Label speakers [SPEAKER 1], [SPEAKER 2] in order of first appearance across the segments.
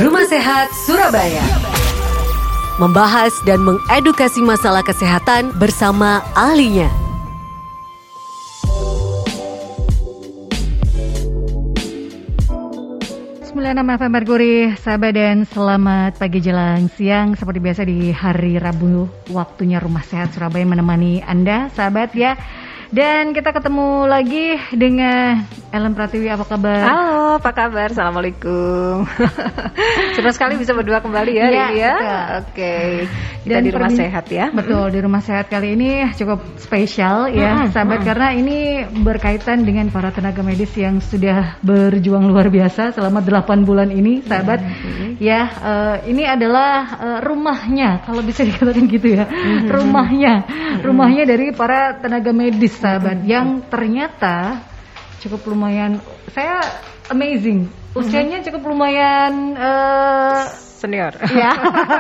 [SPEAKER 1] Rumah Sehat Surabaya. Membahas dan mengedukasi masalah kesehatan bersama ahlinya.
[SPEAKER 2] 96 FM Merkuri, sahabat, dan selamat pagi jelang siang. Seperti biasa di hari Rabu, waktunya Rumah Sehat Surabaya menemani Anda, sahabat ya. Dan kita ketemu lagi dengan Ellen Pratiwi, apa kabar?
[SPEAKER 3] Halo, apa kabar? Assalamualaikum. Senang sekali bisa berdua kembali ya, Lili ya. Oke, kita di Rumah Sehat ya.
[SPEAKER 2] Betul, di Rumah Sehat kali ini cukup spesial ya, sahabat, karena ini berkaitan dengan para tenaga medis yang sudah berjuang luar biasa selama 8 bulan ini, sahabat. Ya, ini adalah rumahnya, kalau bisa dikatakan gitu ya, rumahnya dari para tenaga medis, sahabat, yang ternyata cukup lumayan, saya amazing, usianya cukup lumayan
[SPEAKER 3] senior.
[SPEAKER 2] Ya.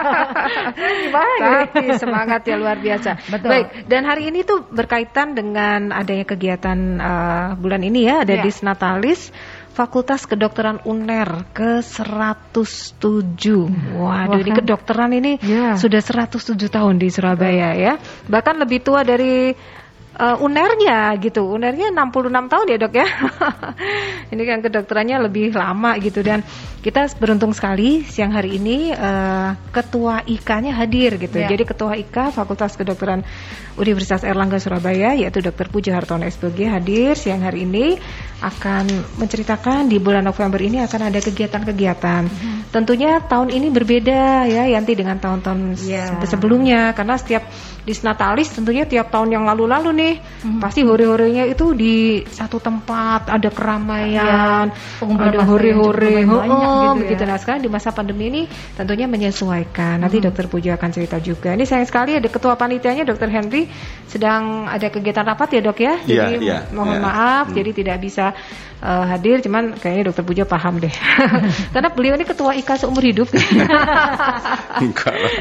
[SPEAKER 3] Tapi semangat ya luar biasa. Betul. Baik, dan hari ini tuh berkaitan dengan adanya kegiatan bulan ini ya, ada Disnatalis Fakultas Kedokteran UNER ke-107. Waduh, ini kedokteran ini sudah 107 tahun di Surabaya ya. Bahkan lebih tua dari UNER-nya gitu. UNER-nya 66 tahun ya, Dok ya. Ini kan kedokterannya lebih lama gitu, dan kita beruntung sekali siang hari ini Ketua IK-nya hadir gitu. Jadi Ketua IK Fakultas Kedokteran Universitas Airlangga Surabaya, yaitu Dr. Pujo Hartono SPG, hadir siang hari ini, akan menceritakan di bulan November ini akan ada kegiatan-kegiatan. Tentunya tahun ini berbeda ya Yanti dengan tahun-tahun sebelumnya, karena setiap Disnatalis tentunya tiap tahun yang lalu-lalu nih pasti hore-horenya itu di satu tempat, ada keramaian, ada hore-hore begitu. Nah, sekarang di masa pandemi ini tentunya menyesuaikan. Nanti Dokter Pujo akan cerita juga. Ini sayang sekali ada ketua panitianya Dokter Henry sedang ada kegiatan rapat ya, Dok ya. Jadi mohon maaf jadi tidak bisa hadir, cuman kayaknya Dokter Pujo paham deh. Karena beliau ini ketua IK seumur hidup.
[SPEAKER 4] Enggak lah.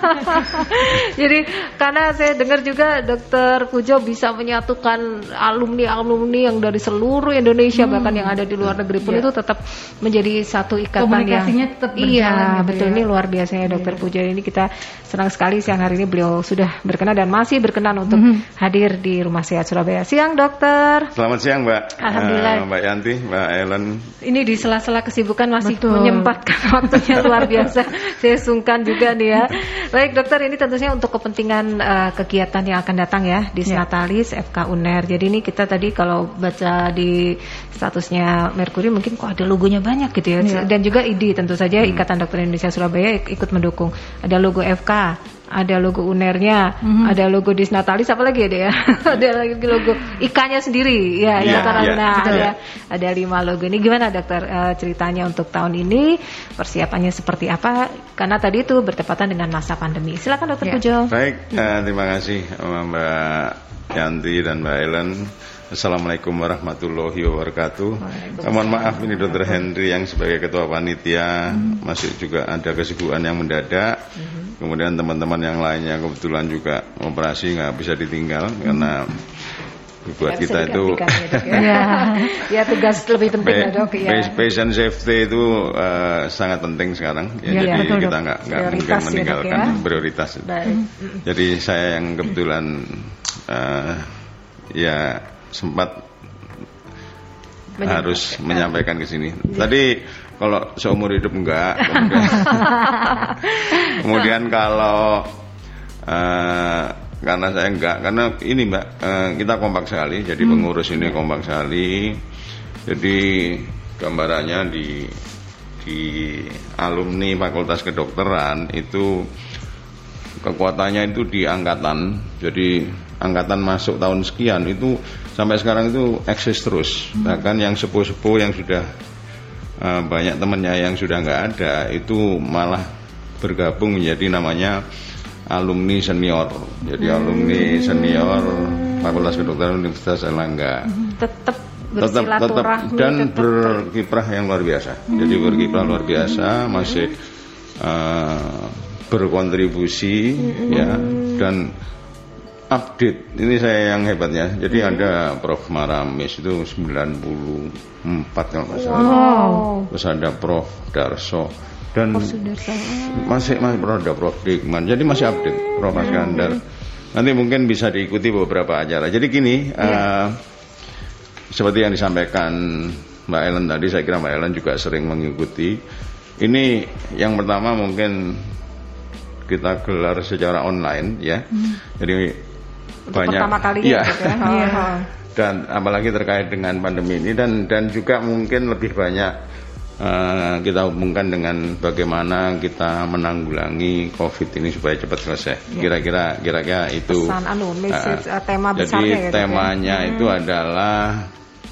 [SPEAKER 3] Jadi karena saya dengar juga Dokter Pujo bisa menyatukan alumni yang dari seluruh Indonesia, bahkan yang ada di luar negeri pun itu tetap menjadi satu ikatan.
[SPEAKER 2] Komunikasinya tetap berjalan.
[SPEAKER 3] Iya, betul. Ini luar biasa ya Dokter Pujo. Ini kita senang sekali siang hari ini beliau sudah berkenan dan masih berkenan untuk hadir di Rumah Sehat Surabaya. Siang, Dokter.
[SPEAKER 4] Selamat siang, Mbak.
[SPEAKER 3] Alhamdulillah.
[SPEAKER 4] Mbak Yanti, Mbak Ellen.
[SPEAKER 3] Ini di sela-sela kesibukan masih menyempatkan waktunya luar biasa. Saya sungkan juga nih ya. Baik, Dokter, ini tentunya untuk kepentingan kegiatan yang akan datang ya, Disnatalis FK UNER. Jadi ini kita tadi kalau baca di statusnya Merkuri mungkin kok ada logonya banyak gitu ya. Dan juga ID tentu saja Ikatan Dokter Indonesia Surabaya ikut mendukung. Ada logo FK, ada logo UNER-nya, ada logo Disnatalis, apa lagi ada ya? Ada lagi logo IK-nya sendiri ya, ada 5 logo. Ini gimana, Dokter, ceritanya untuk tahun ini, persiapannya seperti apa? Karena tadi itu bertepatan dengan masa pandemi. Silakan Dokter Pujo.
[SPEAKER 4] Baik, terima kasih Mbak Yanti dan Mbak Ellen. Assalamualaikum warahmatullahi wabarakatuh. Mohon maaf, ini Dr. Henry yang sebagai ketua panitia masih juga ada kesibukan yang mendadak. Kemudian teman-teman yang lainnya kebetulan juga operasi nggak bisa ditinggal karena buat kita itu
[SPEAKER 3] ya tugas lebih penting ya, Dok ya.
[SPEAKER 4] Patient safety itu sangat penting sekarang ya, jadi betul, kita nggak mungkin meninggalkan prioritas. Jadi saya yang kebetulan sempat harus menyampaikan ke sini. Tadi kalau seumur hidup enggak. Kemudian kalau karena saya enggak, karena ini Mbak, kita kompak sekali. Jadi pengurus ini kompak sekali. Jadi gambarannya di alumni Fakultas Kedokteran itu kekuatannya itu di angkatan. Jadi angkatan masuk tahun sekian itu sampai sekarang itu eksis terus. Bahkan yang sepuh-sepuh yang sudah banyak temannya yang sudah nggak ada itu malah bergabung menjadi namanya alumni senior. Jadi alumni senior Fakultas Kedokteran Universitas Airlangga. Tetap dan berkiprah yang luar biasa. Jadi berkiprah luar biasa, masih berkontribusi ya, dan update. Ini saya yang hebatnya. Jadi ada Prof Maramis itu 94 kalau nggak salah. Terus ada Prof Darso Dan masih produk Prof. Dikman, jadi masih update Prof. Iskandar. Nanti mungkin bisa diikuti beberapa acara. Jadi gini, seperti yang disampaikan Mbak Ellen tadi, saya kira Mbak Ellen juga sering mengikuti. Ini yang pertama mungkin kita gelar secara online ya. Jadi
[SPEAKER 3] untuk
[SPEAKER 4] banyak
[SPEAKER 3] pertama kalinya gitu ya.
[SPEAKER 4] Dan apalagi terkait dengan pandemi ini dan juga mungkin lebih banyak kita hubungkan dengan bagaimana kita menanggulangi COVID ini supaya cepat selesai. Kira-kira itu
[SPEAKER 3] pesan message tema besarnya.
[SPEAKER 4] Jadi temanya itu adalah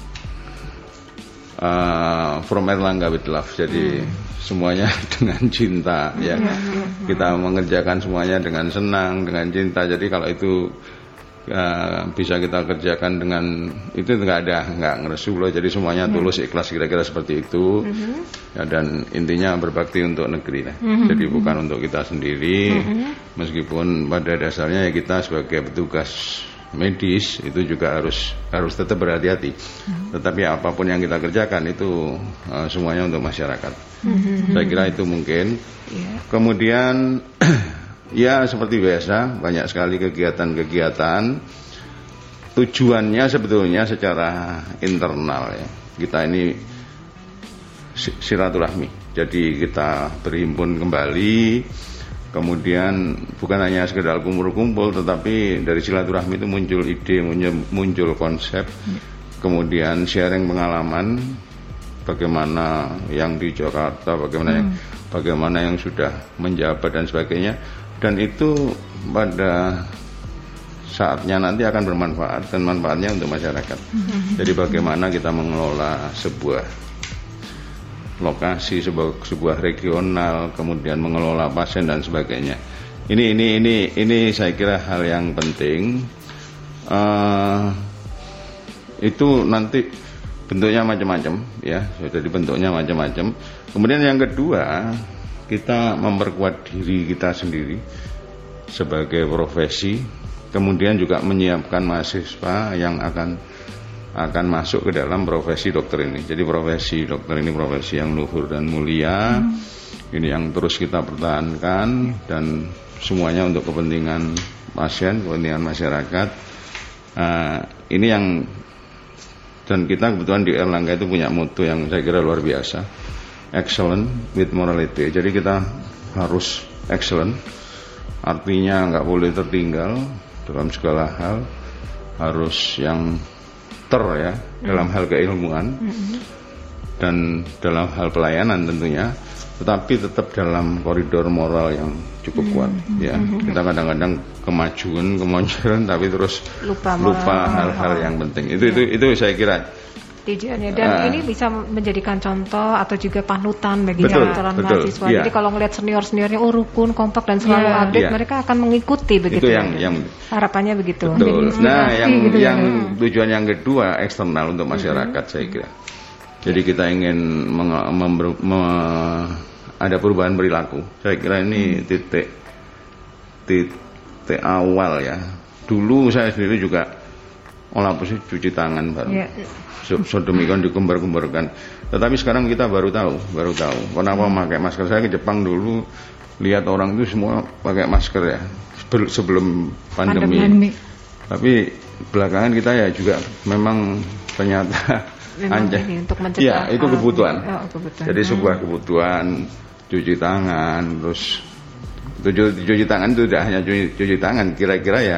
[SPEAKER 4] From Erlangga with Love. Jadi semuanya dengan cinta ya. Kita mengerjakan semuanya dengan senang, dengan cinta. Jadi kalau itu bisa kita kerjakan dengan itu nggak ngeresu loh, jadi semuanya tulus ikhlas, kira-kira seperti itu ya, dan intinya berbakti untuk negeri lah. Jadi bukan untuk kita sendiri, meskipun pada dasarnya ya kita sebagai petugas medis itu juga harus tetap berhati-hati, tetapi apapun yang kita kerjakan itu semuanya untuk masyarakat. Saya kira itu mungkin. Kemudian ya seperti biasa, banyak sekali kegiatan-kegiatan. Tujuannya sebetulnya secara internal ya. Kita ini silaturahmi. Jadi kita berhimpun kembali. Kemudian bukan hanya sekedar kumpul-kumpul, tetapi dari silaturahmi itu muncul ide, muncul konsep. Kemudian sharing pengalaman, bagaimana yang di Jakarta, bagaimana yang sudah menjabat dan sebagainya. Dan itu pada saatnya nanti akan bermanfaat, dan manfaatnya untuk masyarakat. Jadi bagaimana kita mengelola sebuah lokasi, sebuah regional, kemudian mengelola pasien dan sebagainya. Ini saya kira hal yang penting. Itu nanti bentuknya macam-macam ya. Jadi bentuknya macam-macam. Kemudian yang kedua, kita memperkuat diri kita sendiri sebagai profesi, kemudian juga menyiapkan mahasiswa yang akan masuk ke dalam profesi dokter ini. Jadi profesi dokter ini profesi yang luhur dan mulia. Ini yang terus kita pertahankan, dan semuanya untuk kepentingan pasien, kepentingan masyarakat. Ini yang, dan kita kebetulan di Erlangga itu punya motto yang saya kira luar biasa, excellent with morality. Jadi kita harus excellent, artinya nggak boleh tertinggal dalam segala hal, harus yang dalam hal keilmuan dan dalam hal pelayanan tentunya, tetapi tetap dalam koridor moral yang cukup kuat ya. Kita kadang-kadang kemoncuran tapi terus lupa hal-hal yang penting. Itu saya kira
[SPEAKER 3] tujuannya, dan ini bisa menjadikan contoh atau juga panutan bagi calon mahasiswa. Jadi kalau ngelihat seniornya rukun, kompak dan selalu update, mereka akan mengikuti begitu.
[SPEAKER 4] Itu yang
[SPEAKER 3] harapannya begitu.
[SPEAKER 4] Betul. Nah, yang tujuan yang kedua eksternal untuk masyarakat saya kira. Jadi kita ingin ada perubahan perilaku. Saya kira ini titik awal ya. Dulu saya sendiri juga olah cuci tangan baru. Sedemikian digembar-gembarkan. Tetapi sekarang kita baru tahu kenapa memakai masker. Saya ke Jepang dulu, lihat orang itu semua pakai masker ya sebelum pandemi. Tapi belakangan kita ya juga memang ternyata
[SPEAKER 3] untuk mencegah.
[SPEAKER 4] Ya, itu kebutuhan. Jadi sebuah kebutuhan cuci tangan, terus cuci tangan itu tidak hanya cuci tangan, kira-kira ya.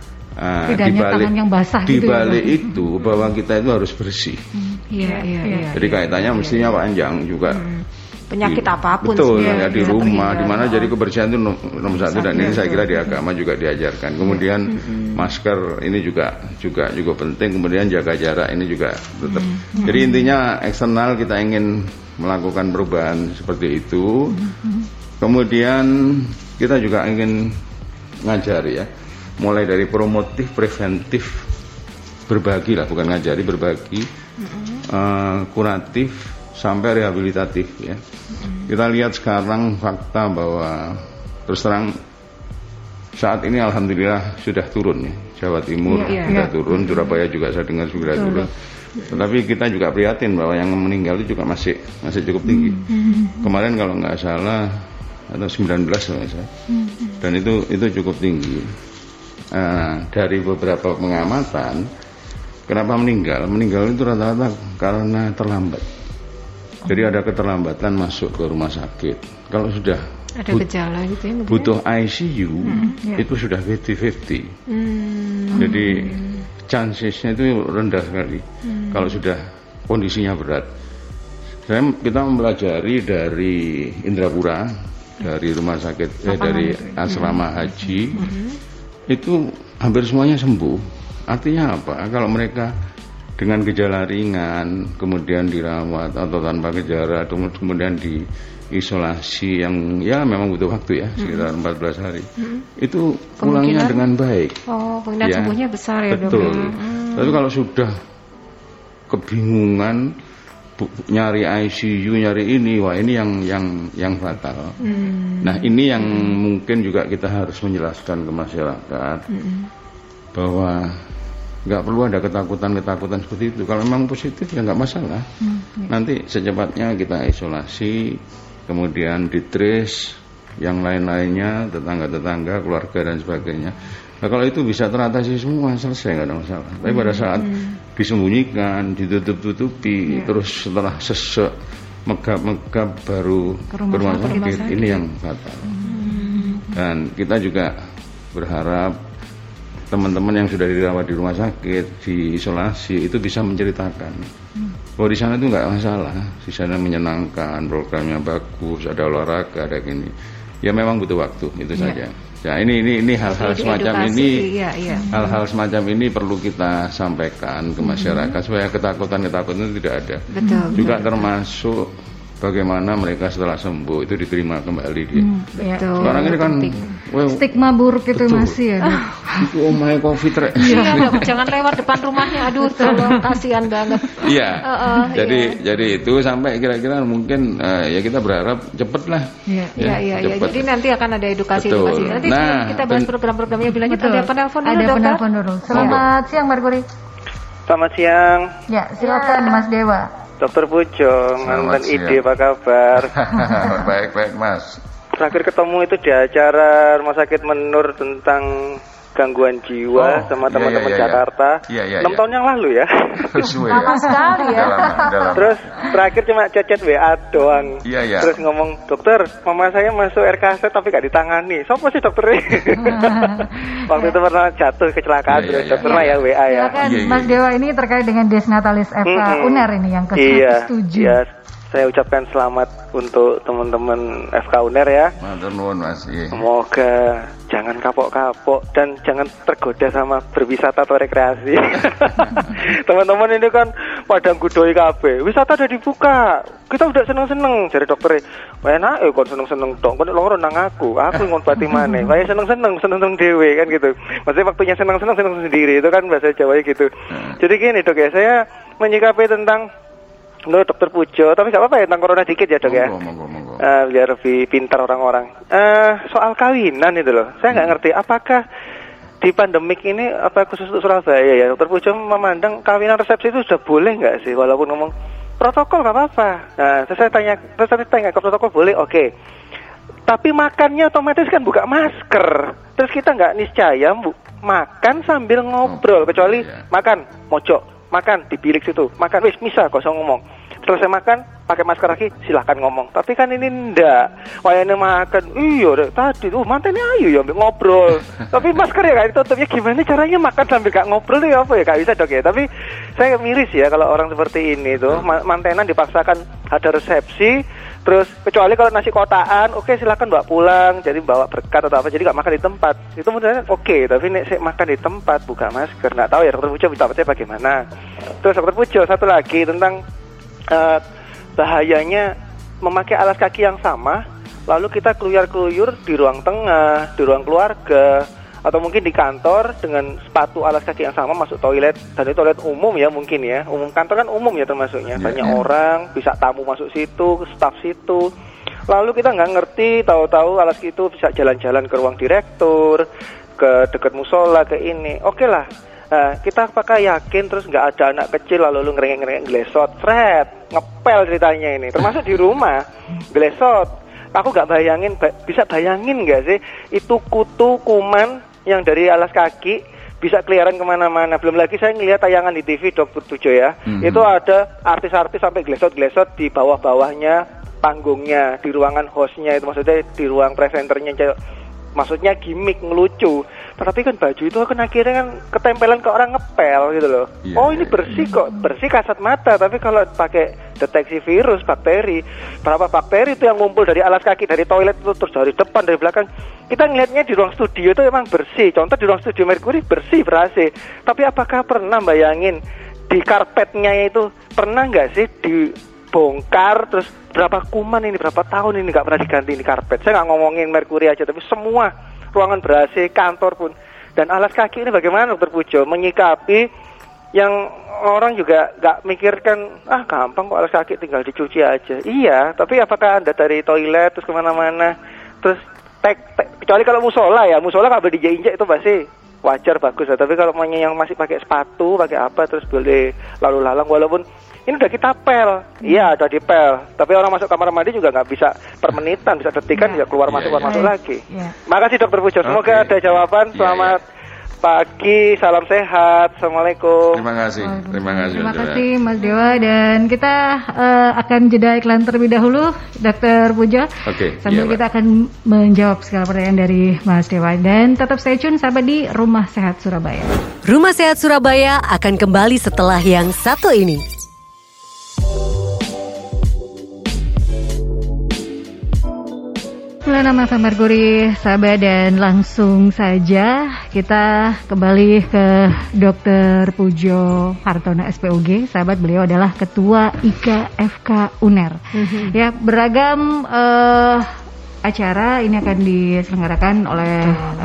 [SPEAKER 4] Di balik itu bahwa kita itu harus bersih. Jadi kaitannya mestinya panjang juga.
[SPEAKER 3] Penyakit apapun.
[SPEAKER 4] Betul ya, di rumah, di mana jadi kebersihan itu nomor satu, dan ini saya kira di agama juga diajarkan. Kemudian masker ini juga penting. Kemudian jaga jarak ini juga tetap. Jadi intinya eksternal kita ingin melakukan perubahan seperti itu. Kemudian kita juga ingin ngajari ya. Mulai dari promotif, preventif, berbagi lah, bukan ngajari, berbagi, kuratif, sampai rehabilitatif ya. Kita lihat sekarang fakta bahwa terus terang saat ini alhamdulillah sudah turun ya. Jawa Timur sudah turun, Surabaya juga saya dengar sudah turun. Tetapi kita juga prihatin bahwa yang meninggal itu juga masih cukup tinggi. Kemarin kalau nggak salah atau 19 saya. Dan itu cukup tinggi. Dari beberapa pengamatan, kenapa meninggal? Meninggal itu rata-rata karena terlambat. Jadi ada keterlambatan masuk ke rumah sakit. Kalau sudah
[SPEAKER 3] ada gejala gitu ya,
[SPEAKER 4] butuh ICU, itu sudah 50-50. Jadi chancesnya itu rendah sekali. Kalau sudah kondisinya berat. Kita mempelajari dari Indrapura, dari rumah sakit, dari asrama haji, itu hampir semuanya sembuh. Artinya apa? Kalau mereka dengan gejala ringan, kemudian dirawat atau tanpa gejala, kemudian diisolasi yang ya memang butuh waktu ya, sekitar 14 hari, itu pulangnya dengan baik.
[SPEAKER 3] Kemungkinan sembuhnya besar ya,
[SPEAKER 4] betul.
[SPEAKER 3] Dok.
[SPEAKER 4] Tapi kalau sudah kebingungan nyari ICU, nyari ini, wah ini yang fatal. Nah ini yang mungkin juga kita harus menjelaskan ke masyarakat bahwa nggak perlu ada ketakutan seperti itu. Kalau memang positif ya nggak masalah. Nanti secepatnya kita isolasi, kemudian ditrace yang lain-lainnya, tetangga-tetangga, keluarga dan sebagainya. Nah, kalau itu bisa teratasi semua, selesai, nggak ada masalah. Tapi pada saat disembunyikan, ditutup-tutupi, terus setelah sesek, megap-megap baru ke rumah sakit, ini yang fatal. Dan kita juga berharap teman-teman yang sudah dirawat di rumah sakit, diisolasi, itu bisa menceritakan bahwa di sana itu nggak masalah, di sana menyenangkan, programnya bagus, ada olahraga, ada gini. Ya memang butuh waktu, itu saja. Ya ini hal-hal semacam ini, hal-hal semacam ini perlu kita sampaikan ke masyarakat supaya ketakutan itu tidak ada.
[SPEAKER 3] Betul.
[SPEAKER 4] Juga termasuk bagaimana mereka setelah sembuh itu diterima kembali dia.
[SPEAKER 3] Betul.
[SPEAKER 4] Sekarang ini kan
[SPEAKER 2] stigma buruk itu masih ya.
[SPEAKER 4] Itu omai COVID rek.
[SPEAKER 3] Iya, jangan lewat depan rumahnya. Aduh, tolong, kasihan banget.
[SPEAKER 4] Iya. Jadi itu sampai kira-kira mungkin ya kita berharap cepet lah.
[SPEAKER 3] Iya. Jadi nanti akan ada edukasi. Nanti kita bahas program-programnya lebih lanjut. Ada penelpon dulu,
[SPEAKER 2] Ada
[SPEAKER 3] Dokter.
[SPEAKER 2] penelpon dulu. Selamat siang, Marguri.
[SPEAKER 5] Selamat siang.
[SPEAKER 2] Ya, silakan Mas Dewa.
[SPEAKER 5] Dokter Pujong, mantan ID, apa kabar?
[SPEAKER 4] Baik Mas.
[SPEAKER 5] Terakhir ketemu itu di acara Rumah Sakit Menur tentang gangguan jiwa sama teman-teman Jakarta. 6 tahun yang lalu ya.
[SPEAKER 3] Lama sekali ya.
[SPEAKER 5] Terus terakhir cuma chat WA doang. Terus ngomong, dokter, mama saya masuk RKS tapi gak ditangani. Siapa sih dokter? Waktu itu pernah jatuh kecelakaan, terus dokternya ya WA ya.
[SPEAKER 2] Silakan Mas Dewa, ini terkait dengan Desnatalis FK UNER ini yang ke-107.
[SPEAKER 5] Iya. Saya ucapkan selamat untuk teman-teman FK UNER ya.
[SPEAKER 4] Matur nuwun Mas.
[SPEAKER 5] Semoga jangan kapok-kapok dan jangan tergoda sama berwisata atau rekreasi. Teman-teman ini kan padang gudoi kabeh. Wisata udah dibuka. Kita udah seneng-seneng jadi dokter. Enak kon seneng-seneng tok. Kon loro nang aku ngobati maneh. Wae seneng-seneng dhewe kan gitu. Maksudnya waktunya seneng-seneng sendiri itu kan bahasa Jawa gitu. Jadi gini Dok ya, saya menyikapi tentang menurut Dokter Pujo, tapi nggak apa-apa ya tentang corona dikit ya Dok ya.
[SPEAKER 4] Monggo.
[SPEAKER 5] Biar lebih pintar orang-orang. Soal kawinan itu loh, saya nggak ngerti apakah di pandemik ini apa khusus untuk Surabaya ya Dokter Pujo memandang kawinan resepsi itu sudah boleh nggak sih, walaupun ngomong protokol nggak apa-apa. Nah, saya tanya ke protokol boleh, oke. Tapi makannya otomatis kan buka masker. Terus kita nggak niscaya makan sambil ngobrol, kecuali makan mojok. Makan di bilik situ, makan wis bisa kosong ngomong. Selesai makan, pakai masker lagi, silahkan ngomong. Tapi kan ini ndak, wayane makan, iya tadi, mantannya ayo ya ngobrol. Tapi masker ya gak ditutupnya, gimana caranya makan sambil gak ngobrol ya apa ya, gak bisa Dok ya. Tapi saya miris ya kalau orang seperti ini tuh, mantenan dipaksakan ada resepsi, terus kecuali kalau nasi kotaan, oke silakan bawa pulang, jadi bawa berkat atau apa, jadi gak makan di tempat. Itu menurutnya oke, tapi nek saya makan di tempat buka masker, nggak tahu ya Dokter Pujo pendapatnya bagaimana. Terus Dokter Pujo satu lagi tentang bahayanya memakai alas kaki yang sama, lalu kita keluyur-keluyur di ruang tengah, di ruang keluarga, atau mungkin di kantor dengan sepatu alas kaki yang sama masuk toilet, dan itu toilet umum ya mungkin ya, umum kantor kan umum ya termasuknya, banyak orang, bisa tamu masuk situ, staf situ, lalu kita nggak ngerti, tahu-tahu alas itu bisa jalan-jalan ke ruang direktur, ke dekat musola, ke ini, oke lah. kita apakah yakin terus nggak ada anak kecil lalu lu ngerengek glesot, ngepel ceritanya ini, termasuk di rumah glesot. Aku nggak bayangin, bisa bayangin nggak sih itu kutu kuman yang dari alas kaki bisa keliaran kemana-mana. Belum lagi saya ngelihat tayangan di TV Dr. Pujo ya, itu ada artis-artis sampai glesot-glesot di bawah-bawahnya panggungnya, di ruangan hostnya, itu maksudnya di ruang presenternya, maksudnya gimmick ngelucu. Tapi kan baju itu kan akhirnya kan ketempelan ke orang ngepel gitu loh. Ini bersih kok, bersih kasat mata. Tapi kalau pakai deteksi virus, bakteri, berapa bakteri itu yang ngumpul dari alas kaki, dari toilet itu, terus dari depan, dari belakang. Kita ngelihatnya di ruang studio itu emang bersih. Contoh di ruang studio Mercury bersih, ber-AC. Tapi apakah pernah bayangin di karpetnya itu, pernah nggak sih dibongkar, terus berapa kuman ini, berapa tahun ini nggak pernah diganti di karpet. Saya nggak ngomongin Mercury aja, tapi semua ruangan ber-AC, kantor pun. Dan alas kaki ini bagaimana Dr. Pujo menyikapi yang orang juga nggak mikirkan, gampang kok alas kaki tinggal dicuci aja. Iya, tapi apakah Anda dari toilet terus kemana-mana, terus kecuali kalau musola nggak boleh diinjek, itu pasti wajar, bagus ya. Tapi kalau yang masih pakai sepatu, pakai apa, terus boleh lalu lalang, walaupun ini udah kita pel, iya udah dipel. Tapi orang masuk kamar mandi juga nggak bisa per menitan, bisa detikan, bisa keluar masuk lagi. Makasih Dr. Pujo, semoga ada jawaban. Selamat pagi, salam sehat, assalamualaikum.
[SPEAKER 4] Terima kasih.
[SPEAKER 2] Terima kasih Mas Dewa, dan kita akan jeda iklan terlebih dahulu, Dr. Pujo. Sambil kita akan menjawab segala pertanyaan dari Mas Dewa, dan tetap stay tune sahabat di Rumah Sehat Surabaya.
[SPEAKER 1] Rumah Sehat Surabaya akan kembali setelah yang satu ini.
[SPEAKER 2] Nama Mercury sahabat, dan langsung saja kita kembali ke Dr. Pujo Hartono SPOG. Sahabat, beliau adalah Ketua IKFK UNER. Ya, beragam acara ini akan diselenggarakan oleh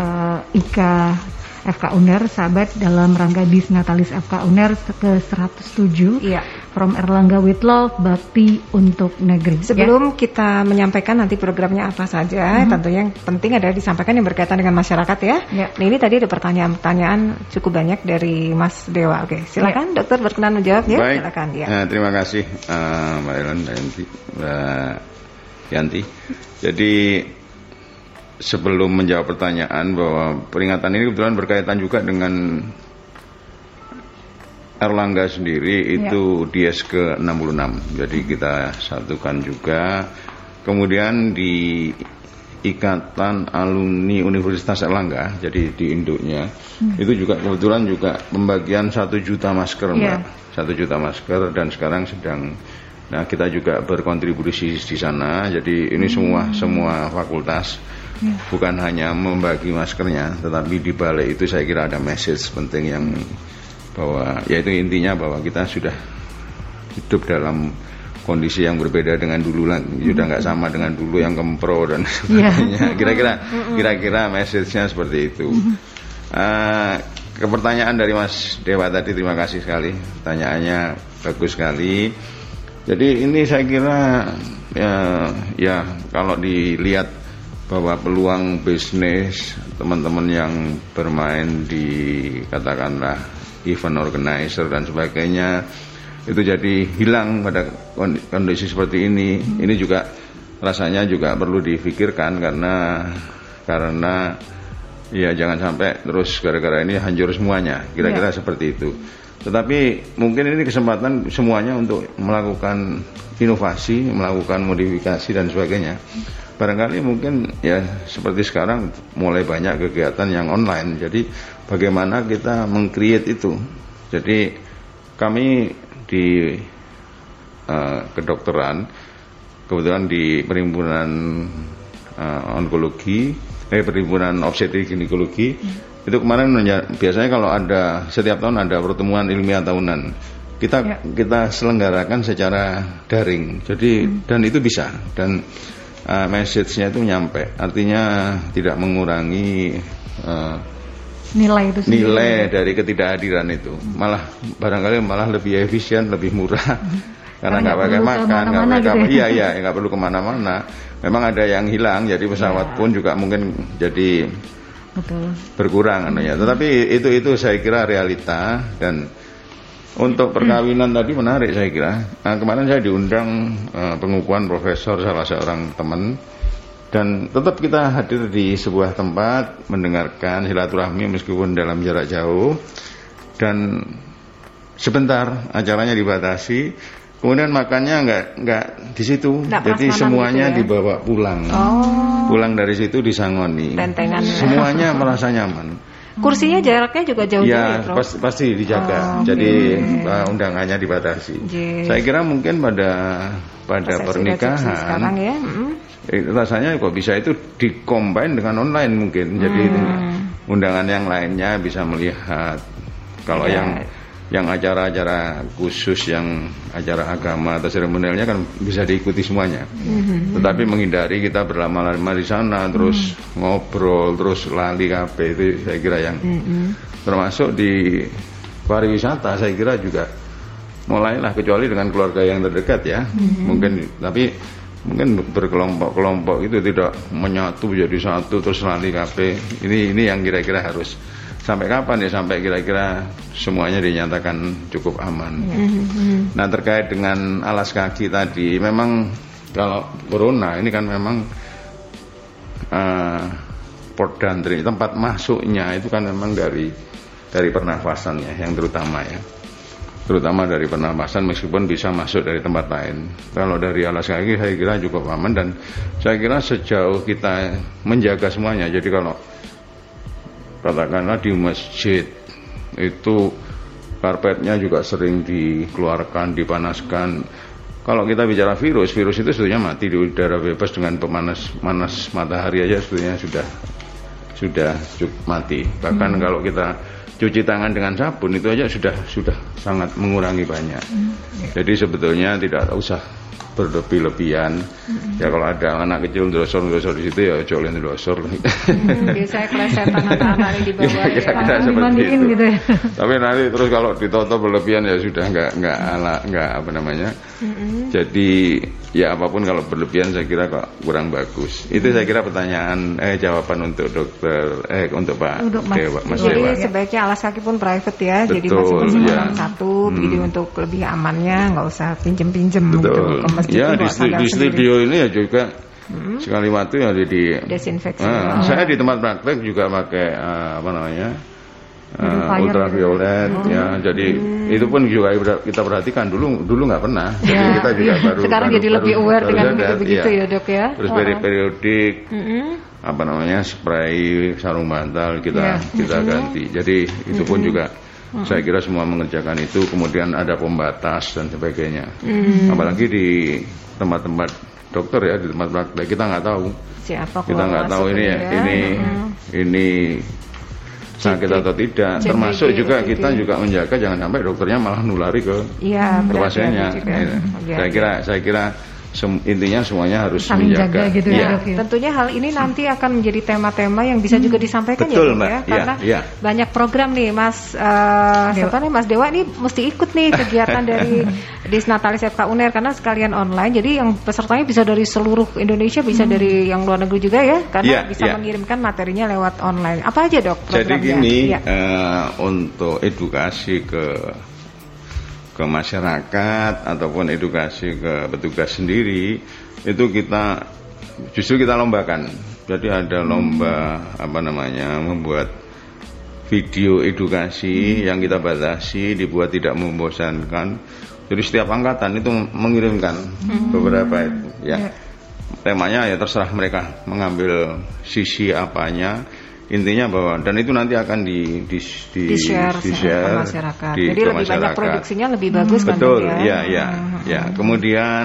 [SPEAKER 2] IKFK UNER, sahabat, dalam rangka Disnatalis FK UNER ke-107. From Erlangga with Love, Bakti untuk Negeri.
[SPEAKER 3] Sebelum kita menyampaikan nanti programnya apa saja, tentunya yang penting adalah disampaikan yang berkaitan dengan masyarakat ya. Nah, ini tadi ada pertanyaan-pertanyaan cukup banyak dari Mas Dewa. Oke, silakan dokter berkenan menjawab ya.
[SPEAKER 4] Baik.
[SPEAKER 3] Silakan ya.
[SPEAKER 4] Terima kasih Mbak Ellen, Mbak Yanti. Jadi sebelum menjawab pertanyaan, bahwa peringatan ini kebetulan berkaitan juga dengan Erlangga sendiri, itu Dies ke-66. Jadi kita satukan juga. Kemudian di Ikatan Alumni Universitas Erlangga, jadi di induknya, itu juga kebetulan juga pembagian 1 juta masker, Mbak. 1 juta masker, dan sekarang sedang, kita juga berkontribusi di sana. Jadi ini semua fakultas, bukan hanya membagi maskernya, tetapi di balik itu saya kira ada message penting yang bahwa, yaitu intinya bahwa kita sudah hidup dalam kondisi yang berbeda dengan dulu lagi, sudah nggak sama dengan dulu yang kempro dan sebagainya. Kira-kira message-nya seperti itu. Ke pertanyaan dari Mas Dewa tadi, terima kasih sekali, pertanyaannya bagus sekali. Jadi ini saya kira ya kalau dilihat bahwa peluang bisnis teman-teman yang bermain di katakanlah event organizer dan sebagainya itu jadi hilang pada kondisi seperti ini. Ini juga rasanya juga perlu difikirkan, karena ya jangan sampai terus gara-gara ini hancur semuanya, kira-kira seperti itu. Tetapi mungkin ini kesempatan semuanya untuk melakukan inovasi, melakukan modifikasi dan sebagainya. Barangkali mungkin ya seperti sekarang mulai banyak kegiatan yang online. Jadi bagaimana kita meng-create itu. Jadi kami di kedokteran, kebetulan di perhimpunan onkologi, perhimpunan obstetrik ginekologi, itu kemarin biasanya kalau ada setiap tahun ada pertemuan ilmiah tahunan. Kita selenggarakan secara daring. Jadi dan itu bisa, dan message-nya itu nyampe, artinya tidak mengurangi nilai dari ketidakhadiran itu, malah barangkali malah lebih efisien, lebih murah, karena nggak pakai makan, nggak pakai nggak perlu kemana-mana. Memang ada yang hilang, jadi pesawat pun juga mungkin jadi berkurang ya. Tetapi itu saya kira realita. Dan untuk perkawinan tadi menarik saya kira. Kemarin saya diundang pengukuhan profesor salah seorang teman, dan tetap kita hadir di sebuah tempat mendengarkan silaturahmi meskipun dalam jarak jauh, dan sebentar acaranya dibatasi, kemudian makannya nggak di situ, jadi semuanya gitu ya? Dibawa pulang, pulang dari situ disangoni, semuanya merasa nyaman.
[SPEAKER 3] Kursinya jaraknya juga jauh-jauh ya, Prof?
[SPEAKER 4] Pasti dijaga. Jadi undangannya dibatasi. Saya kira mungkin pada pernikahan sekarang ya. Rasanya kok bisa itu dikombin dengan online mungkin. Jadi undangan yang lainnya bisa melihat. Kalau yang acara-acara khusus, yang acara agama atau seremonialnya kan bisa diikuti semuanya. Tetapi menghindari kita berlama-lama di sana, terus ngobrol, terus lali kabeh, itu saya kira yang termasuk di pariwisata saya kira juga mulailah, kecuali dengan keluarga yang terdekat ya. Tapi mungkin berkelompok-kelompok itu tidak menyatu jadi satu terus lali kabeh. Ini yang kira-kira harus. Sampai kapan ya? Sampai kira-kira semuanya dinyatakan cukup aman. Nah, terkait dengan alas kaki tadi, memang kalau corona ini kan memang port d'entrée, tempat masuknya itu kan memang dari pernafasannya yang terutama ya. Terutama dari pernafasan, meskipun bisa masuk dari tempat lain. Kalau dari alas kaki saya kira cukup aman, dan saya kira sejauh kita menjaga semuanya. Jadi kalau katakanlah di masjid itu karpetnya juga sering dikeluarkan, dipanaskan. Kalau kita bicara virus itu sebetulnya mati di udara bebas dengan panas matahari aja sebetulnya sudah cukup mati. Bahkan kalau kita cuci tangan dengan sabun itu aja sudah sangat mengurangi banyak. Jadi sebetulnya tidak usah berlebih-lebihan. Ya kalau ada anak kecil ndosor di situ ya jolin ndosor.
[SPEAKER 3] Biasanya klesetan anak-anak di bawah
[SPEAKER 4] kira-kira seperti itu. Gitu ya. Tapi nanti terus kalau ditoto berlebihan ya sudah enggak apa namanya. Jadi ya apapun kalau berlebihan saya kira kok kurang bagus. Itu saya kira pertanyaan jawaban untuk dokter untuk Pak Dewa, Mas Dewa.
[SPEAKER 3] Jadi sebaiknya alas kaki pun private ya. Betul, jadi masing-masing orang satu, begitu untuk lebih amannya nggak usah pinjem-pinjem gitu ke masjid.
[SPEAKER 4] Ya di studio ini ya juga sekali waktu ya di
[SPEAKER 3] desinfeksi.
[SPEAKER 4] Saya di tempat praktek juga pakai apa namanya ultraviolet ya. Jadi itu pun juga kita perhatikan dulu nggak pernah. Jadi kita juga baru
[SPEAKER 3] sekarang jadi lebih aware dengan begitu ya Dok ya.
[SPEAKER 4] Terus periodik apa namanya spray sarung bantal kita ganti. Jadi itu pun juga saya kira semua mengerjakan itu. Kemudian ada pembatas dan sebagainya. Apalagi di tempat-tempat dokter ya, di tempat praktek kita nggak tahu. Kita nggak tahu ini sakit atau tidak. Termasuk juga kita juga menjaga jangan sampai dokternya malah nulari ke pasiennya. Saya kira intinya semuanya harus menjaga
[SPEAKER 2] gitu ya.
[SPEAKER 3] Tentunya hal ini nanti akan menjadi tema-tema yang bisa juga disampaikan.
[SPEAKER 4] Betul,
[SPEAKER 3] ya Mbak ya, karena banyak program nih Mas Mas Dewa ini mesti ikut nih kegiatan dari Disnatalis FK UNER, karena sekalian online, jadi yang pesertanya bisa dari seluruh Indonesia, bisa dari yang luar negeri juga ya, karena bisa mengirimkan materinya lewat online. Apa aja Dok programnya?
[SPEAKER 4] Jadi gini, untuk edukasi ke masyarakat ataupun edukasi ke petugas sendiri itu kita lombakan. Jadi ada lomba membuat video edukasi yang kita batasi, dibuat tidak membosankan. Jadi setiap angkatan itu mengirimkan beberapa itu ya. Temanya ya terserah mereka mengambil sisi apanya. Intinya bahwa dan itu nanti akan di-share ke masyarakat.
[SPEAKER 3] Jadi lebih banyak produksinya lebih bagus kan.
[SPEAKER 4] Betul, ya. Kemudian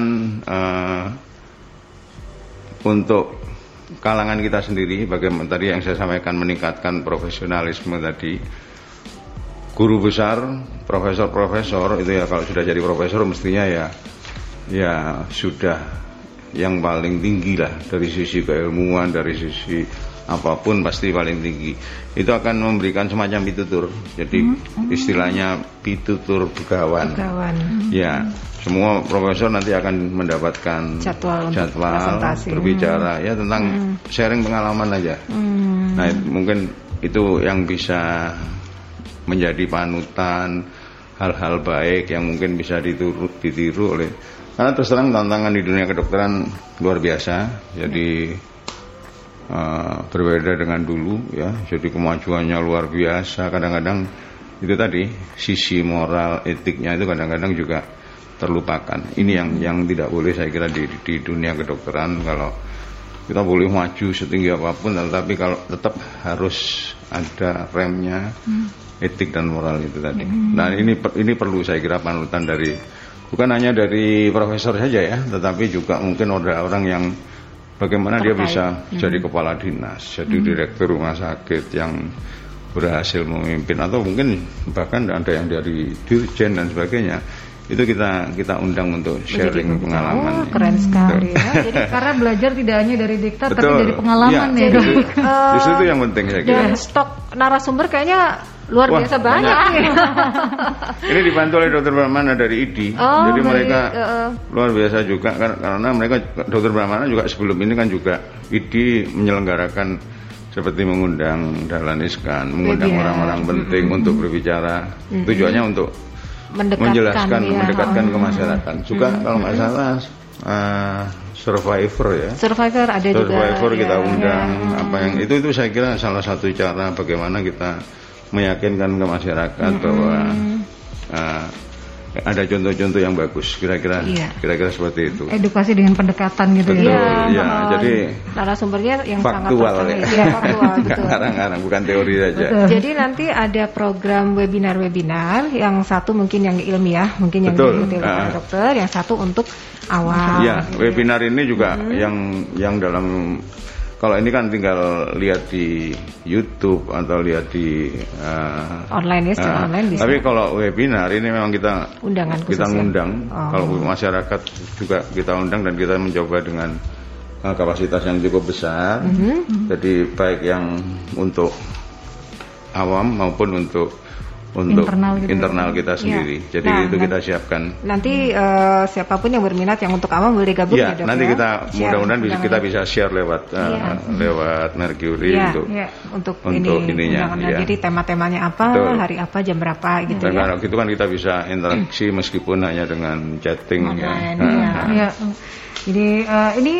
[SPEAKER 4] untuk kalangan kita sendiri, bagaimana tadi yang saya sampaikan, meningkatkan profesionalisme tadi. Guru besar, profesor itu ya, kalau sudah jadi profesor mestinya ya sudah yang paling tinggi lah dari sisi keilmuan, dari sisi apapun pasti paling tinggi. Itu akan memberikan semacam pitutur. Jadi istilahnya pitutur begawan. Ya, semua profesor nanti akan mendapatkan jadwal berbicara ya tentang sharing pengalaman aja. Nah, mungkin itu yang bisa menjadi panutan, hal-hal baik yang mungkin bisa ditiru oleh, karena terus terang tantangan di dunia kedokteran luar biasa. Jadi berbeda dengan dulu ya, jadi kemajuannya luar biasa. Kadang-kadang itu tadi sisi moral etiknya itu kadang-kadang juga terlupakan. Ini yang tidak boleh saya kira di dunia kedokteran. Kalau kita boleh maju setinggi apapun, tetapi kalau tetap harus ada remnya, etik dan moral itu tadi. Nah ini perlu saya kira panutan dari, bukan hanya dari profesor saja ya, tetapi juga mungkin ada orang yang bagaimana dia bisa jadi kepala dinas, jadi direktur rumah sakit yang berhasil memimpin, atau mungkin bahkan ada yang dari dirjen dan sebagainya. Itu kita undang untuk sharing pengalaman.
[SPEAKER 3] Keren sekali ya.
[SPEAKER 2] Jadi karena belajar tidak hanya dari diktat,
[SPEAKER 4] Betul.
[SPEAKER 2] tapi dari pengalaman ya.
[SPEAKER 4] Justru itu yang penting saya kira.
[SPEAKER 3] Dan stok narasumber kayaknya luar biasa banyak.
[SPEAKER 4] Ini dibantu oleh Dr. Brahmana dari IDI. Jadi mereka luar biasa juga, karena mereka Dr. Brahmana juga sebelum ini kan juga IDI menyelenggarakan seperti mengundang Dahlan Iskan, mengundang orang-orang penting untuk berbicara. Tujuannya untuk mendekatkan ke masyarakat. Juga kalau nggak salah survivor ya.
[SPEAKER 3] Survivor ada juga.
[SPEAKER 4] Survivor kita undang. Apa yang itu saya kira salah satu cara bagaimana kita meyakinkan ke masyarakat bahwa ada contoh-contoh yang bagus. Kira-kira seperti itu.
[SPEAKER 2] Edukasi dengan pendekatan gitu.
[SPEAKER 4] Betul, ya. Jadi
[SPEAKER 3] narasumbernya yang
[SPEAKER 4] faktual
[SPEAKER 3] sangat
[SPEAKER 4] ya.
[SPEAKER 3] Faktual gitu.
[SPEAKER 4] Ngarang-ngarang, bukan teori saja.
[SPEAKER 3] Jadi nanti ada program webinar, yang satu mungkin yang ilmiah, mungkin yang diikuti oleh dokter, yang satu untuk awam.
[SPEAKER 4] Ya, webinar ini juga yang dalam, kalau ini kan tinggal lihat di YouTube atau lihat di
[SPEAKER 3] online ya, secara online bisa.
[SPEAKER 4] Tapi kalau webinar ini memang kita ngundang, kalau masyarakat juga kita undang, dan kita mencoba dengan kapasitas yang cukup besar. Jadi baik yang untuk awam maupun untuk internal kita sendiri. Jadi itu kita siapkan.
[SPEAKER 3] Nanti siapapun yang berminat yang untuk awam boleh gabung ya, Dok.
[SPEAKER 4] Nanti kita mudah-mudahan kita bisa share lewat Mercury untuk ininya.
[SPEAKER 3] Jadi tema-temanya apa,
[SPEAKER 4] betul.
[SPEAKER 3] Hari apa, jam berapa gitu.
[SPEAKER 4] Dan kalau gitu kan kita bisa interaksi meskipun hanya dengan chatting
[SPEAKER 2] Jadi ini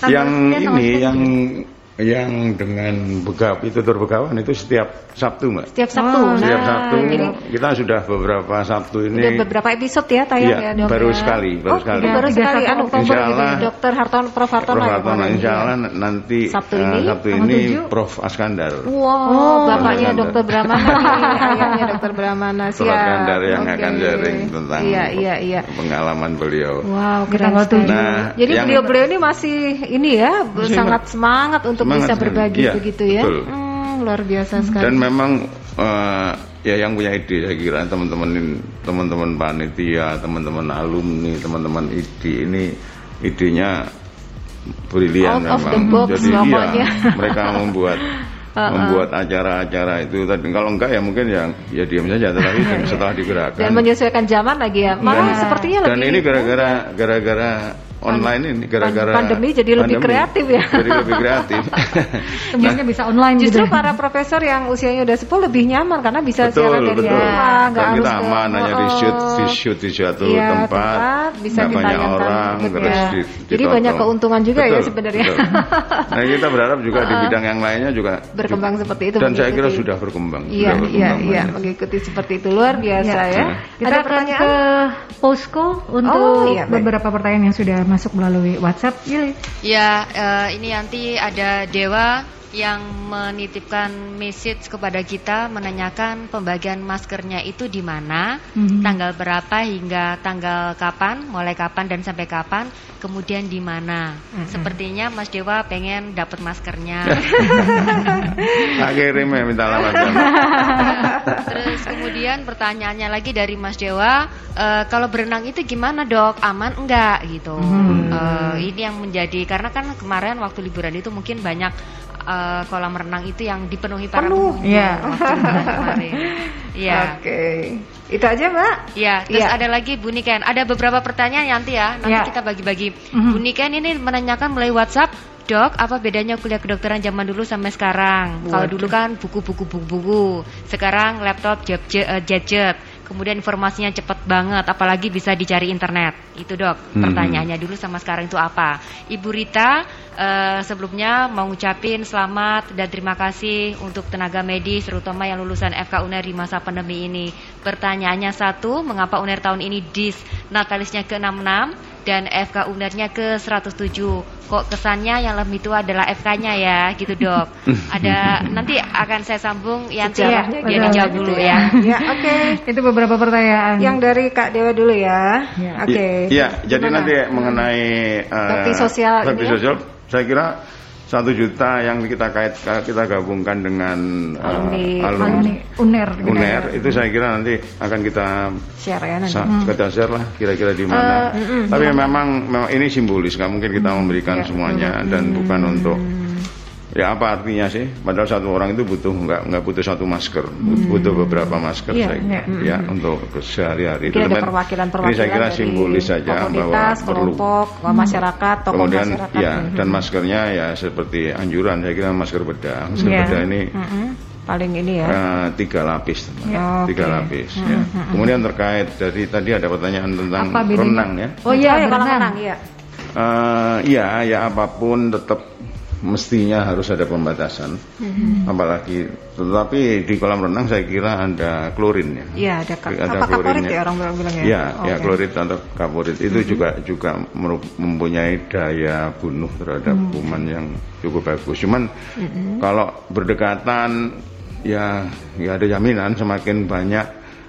[SPEAKER 4] yang dengan tutur begawan itu setiap Sabtu, Mbak.
[SPEAKER 3] Setiap Sabtu.
[SPEAKER 4] Setiap Sabtu. Kita sudah beberapa Sabtu ini.
[SPEAKER 3] Sudah beberapa episode ya tayang ya, Dok.
[SPEAKER 4] Baru sekali.
[SPEAKER 3] Baru sekali.
[SPEAKER 4] Insyaallah.
[SPEAKER 3] Dr. Prof. Hartono.
[SPEAKER 4] Insyaallah nanti Sabtu ini Prof. Askandar.
[SPEAKER 3] Wow, bapaknya Dr. Brahmana, ayahnya Dr. Brahmana.
[SPEAKER 4] Prof. Askandar yang akan sharing tentang pengalaman beliau.
[SPEAKER 3] Wow, keren sekali. Jadi beliau ini masih sangat semangat untuk bisa berbagi begitu ya. Luar biasa sekali.
[SPEAKER 4] Dan memang yang punya ide, saya kira teman-teman panitia, teman-teman alumni, teman-teman IDI ini idenya brilian memang. Jadi mereka membuat acara-acara itu tadi. Kalau enggak ya mungkin ya diam saja, tetapi setelah digerakkan
[SPEAKER 3] dan menyesuaikan zaman lagi ya. Malah sepertinya
[SPEAKER 4] dan lebih. Dan ini gara-gara online ini, gara-gara
[SPEAKER 3] pandemi jadi lebih kreatif ya.
[SPEAKER 4] Jadi lebih kreatif.
[SPEAKER 2] Semuanya bisa online.
[SPEAKER 3] Justru para profesor yang usianya udah sepuh lebih nyaman karena bisa siaran dari rumah, nggak harus
[SPEAKER 4] kita aman, hanya di shoot di suatu tempat,
[SPEAKER 3] bisa
[SPEAKER 4] banyak orang,
[SPEAKER 3] jadi banyak keuntungan juga ya sebenarnya.
[SPEAKER 4] Nah kita berharap juga di bidang yang lainnya juga
[SPEAKER 3] berkembang seperti itu.
[SPEAKER 4] Dan saya kira sudah berkembang.
[SPEAKER 3] Iya, mengikuti seperti itu, luar biasa ya.
[SPEAKER 2] Kita akan ke posko untuk beberapa pertanyaan yang sudah masuk melalui WhatsApp.
[SPEAKER 6] Ya, ini nanti ada Dewa yang menitipkan message kepada kita menanyakan pembagian maskernya itu di mana, tanggal berapa hingga tanggal kapan, mulai kapan dan sampai kapan, kemudian di mana. Sepertinya Mas Dewa pengen dapat maskernya.
[SPEAKER 4] Akhirnya minta alamat.
[SPEAKER 6] Terus kemudian pertanyaannya lagi dari Mas Dewa, kalau berenang itu gimana, Dok? Aman enggak gitu? Ini yang menjadi, karena kan kemarin waktu liburan itu mungkin banyak kolam renang itu yang dipenuhi para pengunjung waktu liburan kemarin.
[SPEAKER 3] Oke. Itu aja, Mbak?
[SPEAKER 6] Iya, terus ada lagi Bu Niken. Ada beberapa pertanyaan nanti ya. Nanti kita bagi-bagi. Bu Niken ini menanyakan melalui WhatsApp, Dok, apa bedanya kuliah kedokteran zaman dulu sampai sekarang? Kalau dulu kan buku-buku, sekarang laptop, gadget. Kemudian informasinya cepat banget, apalagi bisa dicari internet. Itu Dok, pertanyaannya dulu sama sekarang itu apa? Ibu Rita sebelumnya mau ngucapin selamat dan terima kasih untuk tenaga medis terutama yang lulusan FK UNER di masa pandemi ini. Pertanyaannya satu, mengapa UNER tahun ini DIS natalisnya ke-66 dan FK UNER-nya ke-107? Kok kesannya yang lebih tua adalah FK-nya ya, gitu Dok. Ada nanti akan saya sambung Yanti dia dijawab dulu ya.
[SPEAKER 3] Ya, oke.
[SPEAKER 2] Itu beberapa pertanyaan.
[SPEAKER 3] Yang dari Kak Dewa dulu ya. Oke.
[SPEAKER 4] Iya, jadi nanti mengenai
[SPEAKER 3] bakti sosial
[SPEAKER 4] saya kira 1 juta yang kita gabungkan dengan alumni UNER itu saya kira nanti akan kita
[SPEAKER 3] share ya nanti.
[SPEAKER 4] Kita share lah kira-kira di mana. Tapi memang ini simbolis, nggak mungkin kita memberikan semuanya dan bukan untuk ya apa artinya sih? Padahal satu orang itu butuh nggak butuh satu masker, butuh beberapa masker ya untuk sehari-hari.
[SPEAKER 3] Itu ada perwakilan-perwakilan
[SPEAKER 4] ini saya kira simbolis saja bahwa perlu
[SPEAKER 3] masyarakat, tokoh
[SPEAKER 4] kemudian
[SPEAKER 3] masyarakat.
[SPEAKER 4] Ya dan maskernya ya seperti anjuran, saya kira masker bedah. Bedah ini
[SPEAKER 3] paling ini ya
[SPEAKER 4] 3 lapis, 3 lapis. Ya. Kemudian terkait dari tadi ada pertanyaan tentang renang ya.
[SPEAKER 2] Oh iya, renang.
[SPEAKER 4] Ya apapun tetap mestinya harus ada pembatasan, apalagi tetapi di kolam renang saya kira ada klorin ya.
[SPEAKER 3] Iya, ada klorin ya orang bilang ya.
[SPEAKER 4] Ya klorid atau kaporit itu juga mempunyai daya bunuh terhadap kuman yang cukup bagus. Cuman kalau berdekatan ya ada jaminan semakin banyak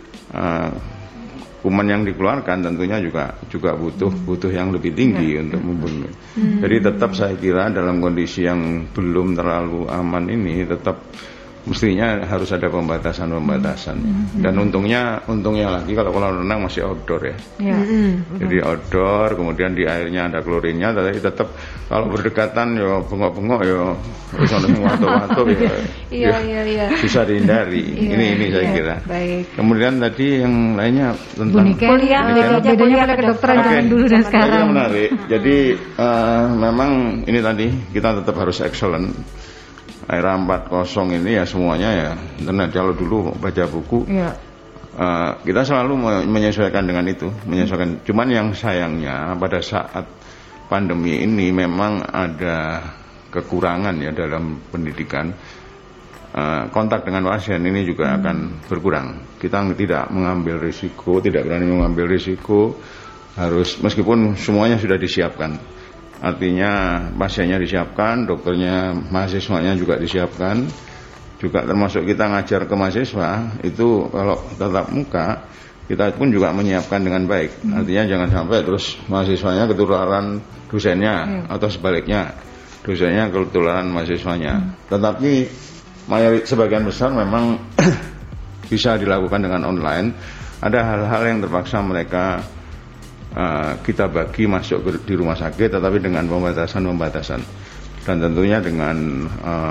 [SPEAKER 4] kuman yang dikeluarkan tentunya juga butuh yang lebih tinggi untuk membunuh. Jadi tetap saya kira dalam kondisi yang belum terlalu aman ini tetap mestinya harus ada pembatasan. Dan untungnya lagi kalau kolam renang masih outdoor ya. Jadi outdoor, kemudian di airnya ada klorinnya, tapi tetap kalau berdekatan ya bengok-bengok ya watu-watu ya bisa dihindari. Ini saya kira.
[SPEAKER 3] Baik.
[SPEAKER 4] Kemudian tadi yang lainnya tentang
[SPEAKER 2] kuliah kedokteran zaman dulu dan sekarang.
[SPEAKER 4] Menarik. Jadi memang ini tadi kita tetap harus excellent. Era 40 ini ya semuanya ya internet. Kalau dulu baca buku kita selalu menyesuaikan dengan itu, cuman yang sayangnya pada saat pandemi ini memang ada kekurangan ya dalam pendidikan. Kontak dengan pasien ini juga akan berkurang. Kita tidak berani mengambil risiko, harus meskipun semuanya sudah disiapkan. Artinya pasiennya disiapkan, dokternya, mahasiswanya juga disiapkan. Juga termasuk kita ngajar ke mahasiswa, itu kalau tatap muka, kita pun juga menyiapkan dengan baik. Artinya jangan sampai terus mahasiswanya ketularan dosennya, atau sebaliknya, dosennya ketularan mahasiswanya. Tetapi sebagian besar memang bisa dilakukan dengan online. Ada hal-hal yang terpaksa mereka kita bagi masuk di rumah sakit, tetapi dengan pembatasan dan tentunya dengan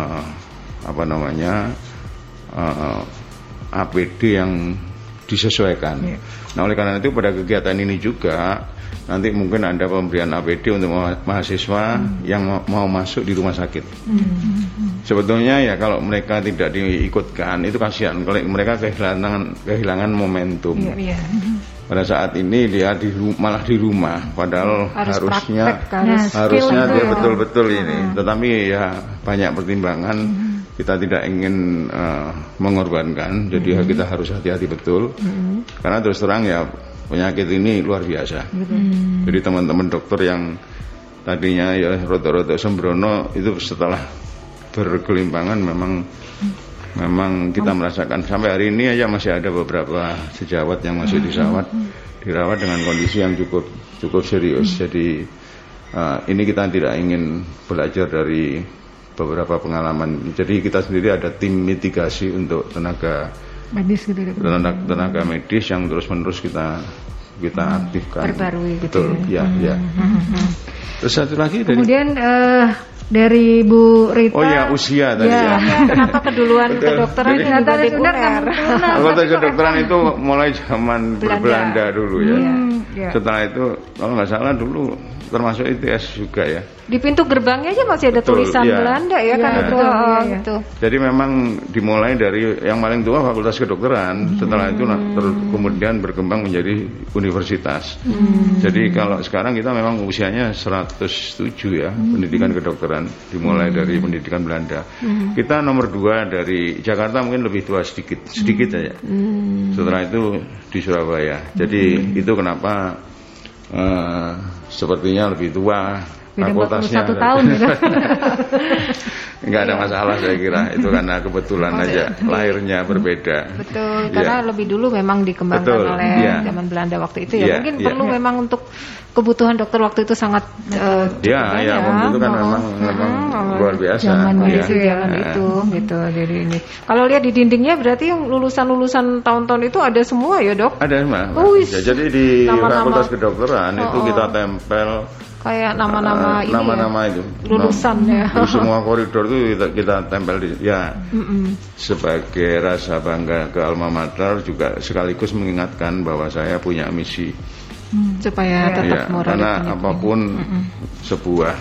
[SPEAKER 4] APD yang disesuaikan. Nah oleh karena itu pada kegiatan ini juga nanti mungkin ada pemberian APD untuk mahasiswa yang mau masuk di rumah sakit. Sebetulnya ya kalau mereka tidak diikutkan itu kasihan, kalau mereka kehilangan momentum. Pada saat ini dia malah di rumah, padahal harusnya dia betul-betul ini. Tetapi ya banyak pertimbangan, kita tidak ingin mengorbankan, jadi kita harus hati-hati betul. Karena terus terang ya penyakit ini luar biasa. Jadi teman-teman dokter yang tadinya ya roto-roto sembrono itu setelah berkelimpangan memang kita merasakan sampai hari ini aja masih ada beberapa sejawat yang masih dirawat dengan kondisi yang cukup serius. Jadi ini kita tidak ingin belajar dari beberapa pengalaman. Jadi kita sendiri ada tim mitigasi untuk tenaga medis tenaga medis yang terus-menerus kita aktifkan.
[SPEAKER 3] Perbarui
[SPEAKER 4] betul gitu ya. Terus satu lagi
[SPEAKER 2] dari Bu Rita.
[SPEAKER 4] Oh ya, usia tadi ya.
[SPEAKER 3] Kenapa keduluan kedokteran dibanding UNER?
[SPEAKER 4] Fakultas kedokteran itu mulai zaman Belanda dulu ya. Setelah itu kalau nggak salah dulu termasuk ITS juga ya.
[SPEAKER 3] Di pintu gerbangnya aja masih ada tulisan Belanda ya kan itu. Gitu.
[SPEAKER 4] Jadi memang dimulai dari yang paling tua Fakultas Kedokteran, setelah itu kemudian berkembang menjadi universitas. Jadi kalau sekarang kita memang usianya 107 ya, pendidikan kedokteran dimulai dari pendidikan Belanda. Kita nomor 2 dari Jakarta, mungkin lebih tua sedikit aja. Setelah itu di Surabaya. Jadi itu kenapa sepertinya lebih tua.
[SPEAKER 2] Beda 41 tahun gitu.
[SPEAKER 4] Enggak ada masalah saya kira, itu karena kebetulan aja lahirnya berbeda.
[SPEAKER 3] Betul, karena lebih dulu memang dikembangkan oleh zaman Belanda waktu itu ya. Mungkin perlu memang untuk kebutuhan dokter waktu itu sangat
[SPEAKER 4] waktu itu kan memang luar biasa.
[SPEAKER 3] Zaman itu gitu. Jadi ini. Kalau lihat di dindingnya berarti yang lulusan tahun-tahun itu ada semua ya, Dok?
[SPEAKER 4] Ada semua. Jadi di Fakultas Kedokteran itu kita tempel
[SPEAKER 3] kayak nama-nama
[SPEAKER 4] itu
[SPEAKER 3] lulusan ya.
[SPEAKER 4] Semua koridor itu kita tempel sebagai rasa bangga ke alma mater, juga sekaligus mengingatkan bahwa saya punya misi
[SPEAKER 3] supaya tetap moral.
[SPEAKER 4] Karena apapun sebuah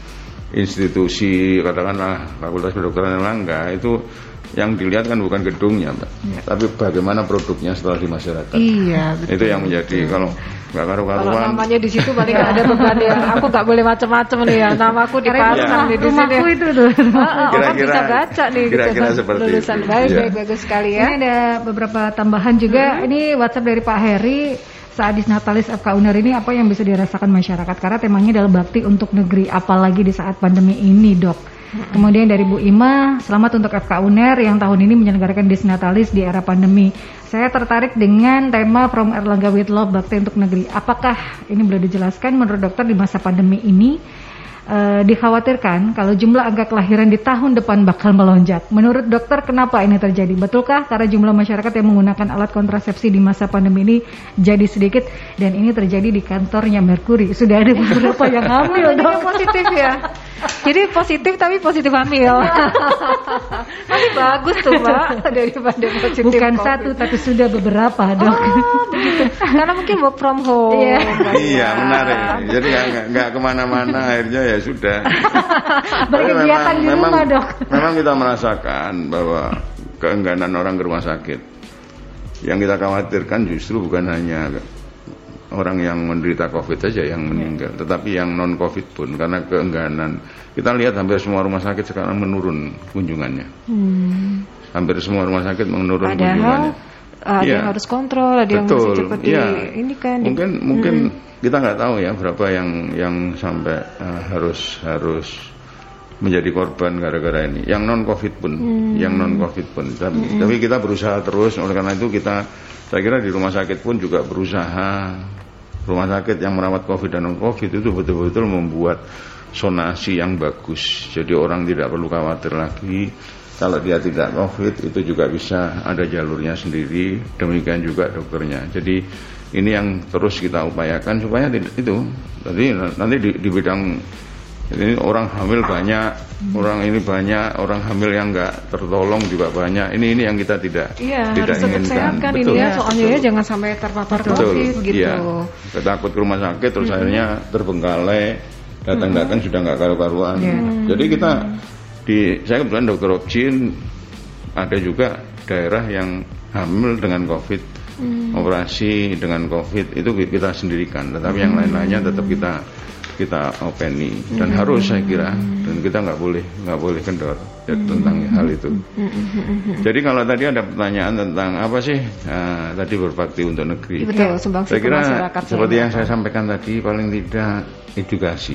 [SPEAKER 4] institusi, katakanlah Fakultas Kedokteran Erlangga, itu yang dilihat kan bukan gedungnya, Mbak, tapi bagaimana produknya setelah di masyarakat.
[SPEAKER 3] Iya, betul.
[SPEAKER 4] Itu yang menjadi kalau nggak karu-karuan.
[SPEAKER 3] Kalau namanya di situ paling nggak ada beban ya. Aku nggak boleh macam-macam nih ya. Namaku dipasang di sini.
[SPEAKER 2] Rumahku itu tuh.
[SPEAKER 3] Orang bisa baca nih.
[SPEAKER 4] Kira-kira gitu, seperti
[SPEAKER 3] lulusan
[SPEAKER 4] itu.
[SPEAKER 3] Bagus sekali ya.
[SPEAKER 2] Ini ada beberapa tambahan juga. Ini WhatsApp dari Pak Heri. Saat Disnatalis FK UNER ini apa yang bisa dirasakan masyarakat? Karena temanya adalah bakti untuk negeri, apalagi di saat pandemi ini, Dok. Kemudian dari Bu Ima, selamat untuk FK UNER yang tahun ini menyelenggarakan Disnatalis di era pandemi. Saya tertarik dengan tema From Erlangga with Love, bakti untuk negeri. Apakah ini boleh dijelaskan menurut dokter di masa pandemi ini dikhawatirkan kalau jumlah angka kelahiran di tahun depan bakal melonjak? Menurut dokter kenapa ini terjadi? Betulkah karena jumlah masyarakat yang menggunakan alat kontrasepsi di masa pandemi ini jadi sedikit, dan ini terjadi di kantornya Mercury? Sudah ada beberapa yang hamil, Dok.
[SPEAKER 3] Positif ya. Jadi positif tapi positif hamil. Masih bagus tuh, Mbak, daripada positif.
[SPEAKER 2] Bukan COVID. Satu tapi sudah beberapa, Dok.
[SPEAKER 3] Oh, begitu. Karena mungkin work from home.
[SPEAKER 4] Iya, menarik. Jadi nggak kemana-mana, akhirnya ya sudah.
[SPEAKER 2] Berkegiatan di rumah, Dok.
[SPEAKER 4] Memang kita merasakan bahwa keengganan orang ke rumah sakit. Yang kita khawatirkan justru bukan hanya orang yang menderita COVID saja yang meninggal, tetapi yang non-COVID pun, karena keengganan. Kita lihat hampir semua rumah sakit sekarang menurun kunjungannya. Hampir semua rumah sakit menurun kunjungannya.
[SPEAKER 3] Ada yang harus kontrol, ada yang masih cepat ini kan.
[SPEAKER 4] Mungkin kita nggak tahu ya berapa yang sampai harus menjadi korban gara-gara ini. Yang non-COVID pun. Tapi kita berusaha terus. Oleh karena itu saya kira di rumah sakit pun juga berusaha. Rumah sakit yang merawat COVID dan non-COVID itu betul-betul membuat sonasi yang bagus. Jadi orang tidak perlu khawatir lagi. Kalau dia tidak COVID itu juga bisa ada jalurnya sendiri. Demikian juga dokternya. Jadi ini yang terus kita upayakan supaya itu. Jadi nanti di bidang ini orang hamil banyak, orang ini banyak, orang hamil yang nggak tertolong juga banyak. Ini yang kita tidak inginkan.
[SPEAKER 3] Kan ini ya, soalnya ya jangan sampai terpapar COVID gitu.
[SPEAKER 4] Iya. Takut ke rumah sakit terus akhirnya terbengkalai, datang sudah nggak karu-karuan. Jadi saya kebetulan dokter Objin, ada juga daerah yang hamil dengan COVID, operasi dengan COVID itu kita sendirikan. Tetapi yang lain-lainnya tetap kita openi dan harus saya kira, dan kita nggak boleh kendor tentang hal itu. Jadi kalau tadi ada pertanyaan tentang apa sih tadi berbakti untuk negeri,
[SPEAKER 3] betul,
[SPEAKER 4] saya kira seperti yang saya sampaikan tadi, paling tidak edukasi,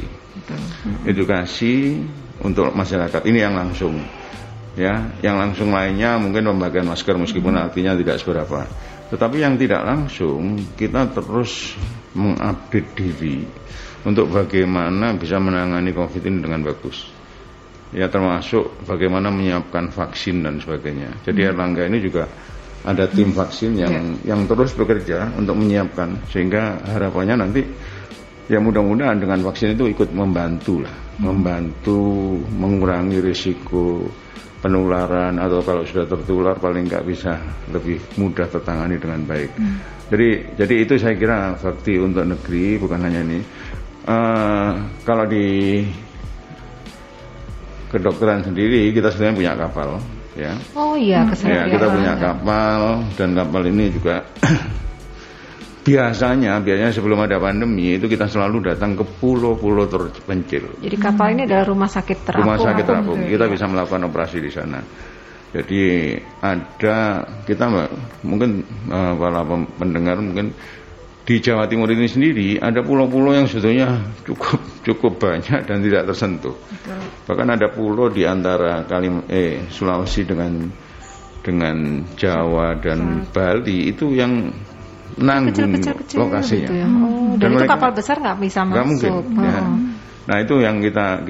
[SPEAKER 4] edukasi untuk masyarakat ini yang langsung ya, yang langsung lainnya mungkin pembagian masker meskipun artinya tidak seberapa, tetapi yang tidak langsung kita terus mengupdate diri untuk bagaimana bisa menangani COVID ini dengan bagus. Ya termasuk bagaimana menyiapkan vaksin dan sebagainya. Jadi Erlangga ini juga ada tim vaksin yang terus bekerja untuk menyiapkan, sehingga harapannya nanti ya mudah-mudahan dengan vaksin itu ikut membantu mengurangi risiko penularan, atau kalau sudah tertular paling nggak bisa lebih mudah tertangani dengan baik. Jadi itu saya kira bakti untuk negeri, bukan hanya ini. Kalau di kedokteran sendiri kita sebenarnya punya kapal, ya.
[SPEAKER 3] Oh iya,
[SPEAKER 4] ya, kita punya kapal, dan kapal ini juga biasanya sebelum ada pandemi itu kita selalu datang ke pulau-pulau terpencil.
[SPEAKER 3] Jadi kapal ini adalah rumah sakit terapung.
[SPEAKER 4] Rumah sakit terapung. Kita bisa melakukan operasi di sana. Jadi kita mungkin para pendengar mungkin di Jawa Timur ini sendiri ada pulau-pulau yang sebetulnya cukup banyak dan tidak tersentuh. Betul. Bahkan ada pulau di antara Sulawesi dengan Jawa dan Bali itu yang nanggung lokasinya.
[SPEAKER 3] Gitu ya. Dan itu kapal besar nggak bisa masuk. Nggak mungkin.
[SPEAKER 4] Ya. Nah itu yang kita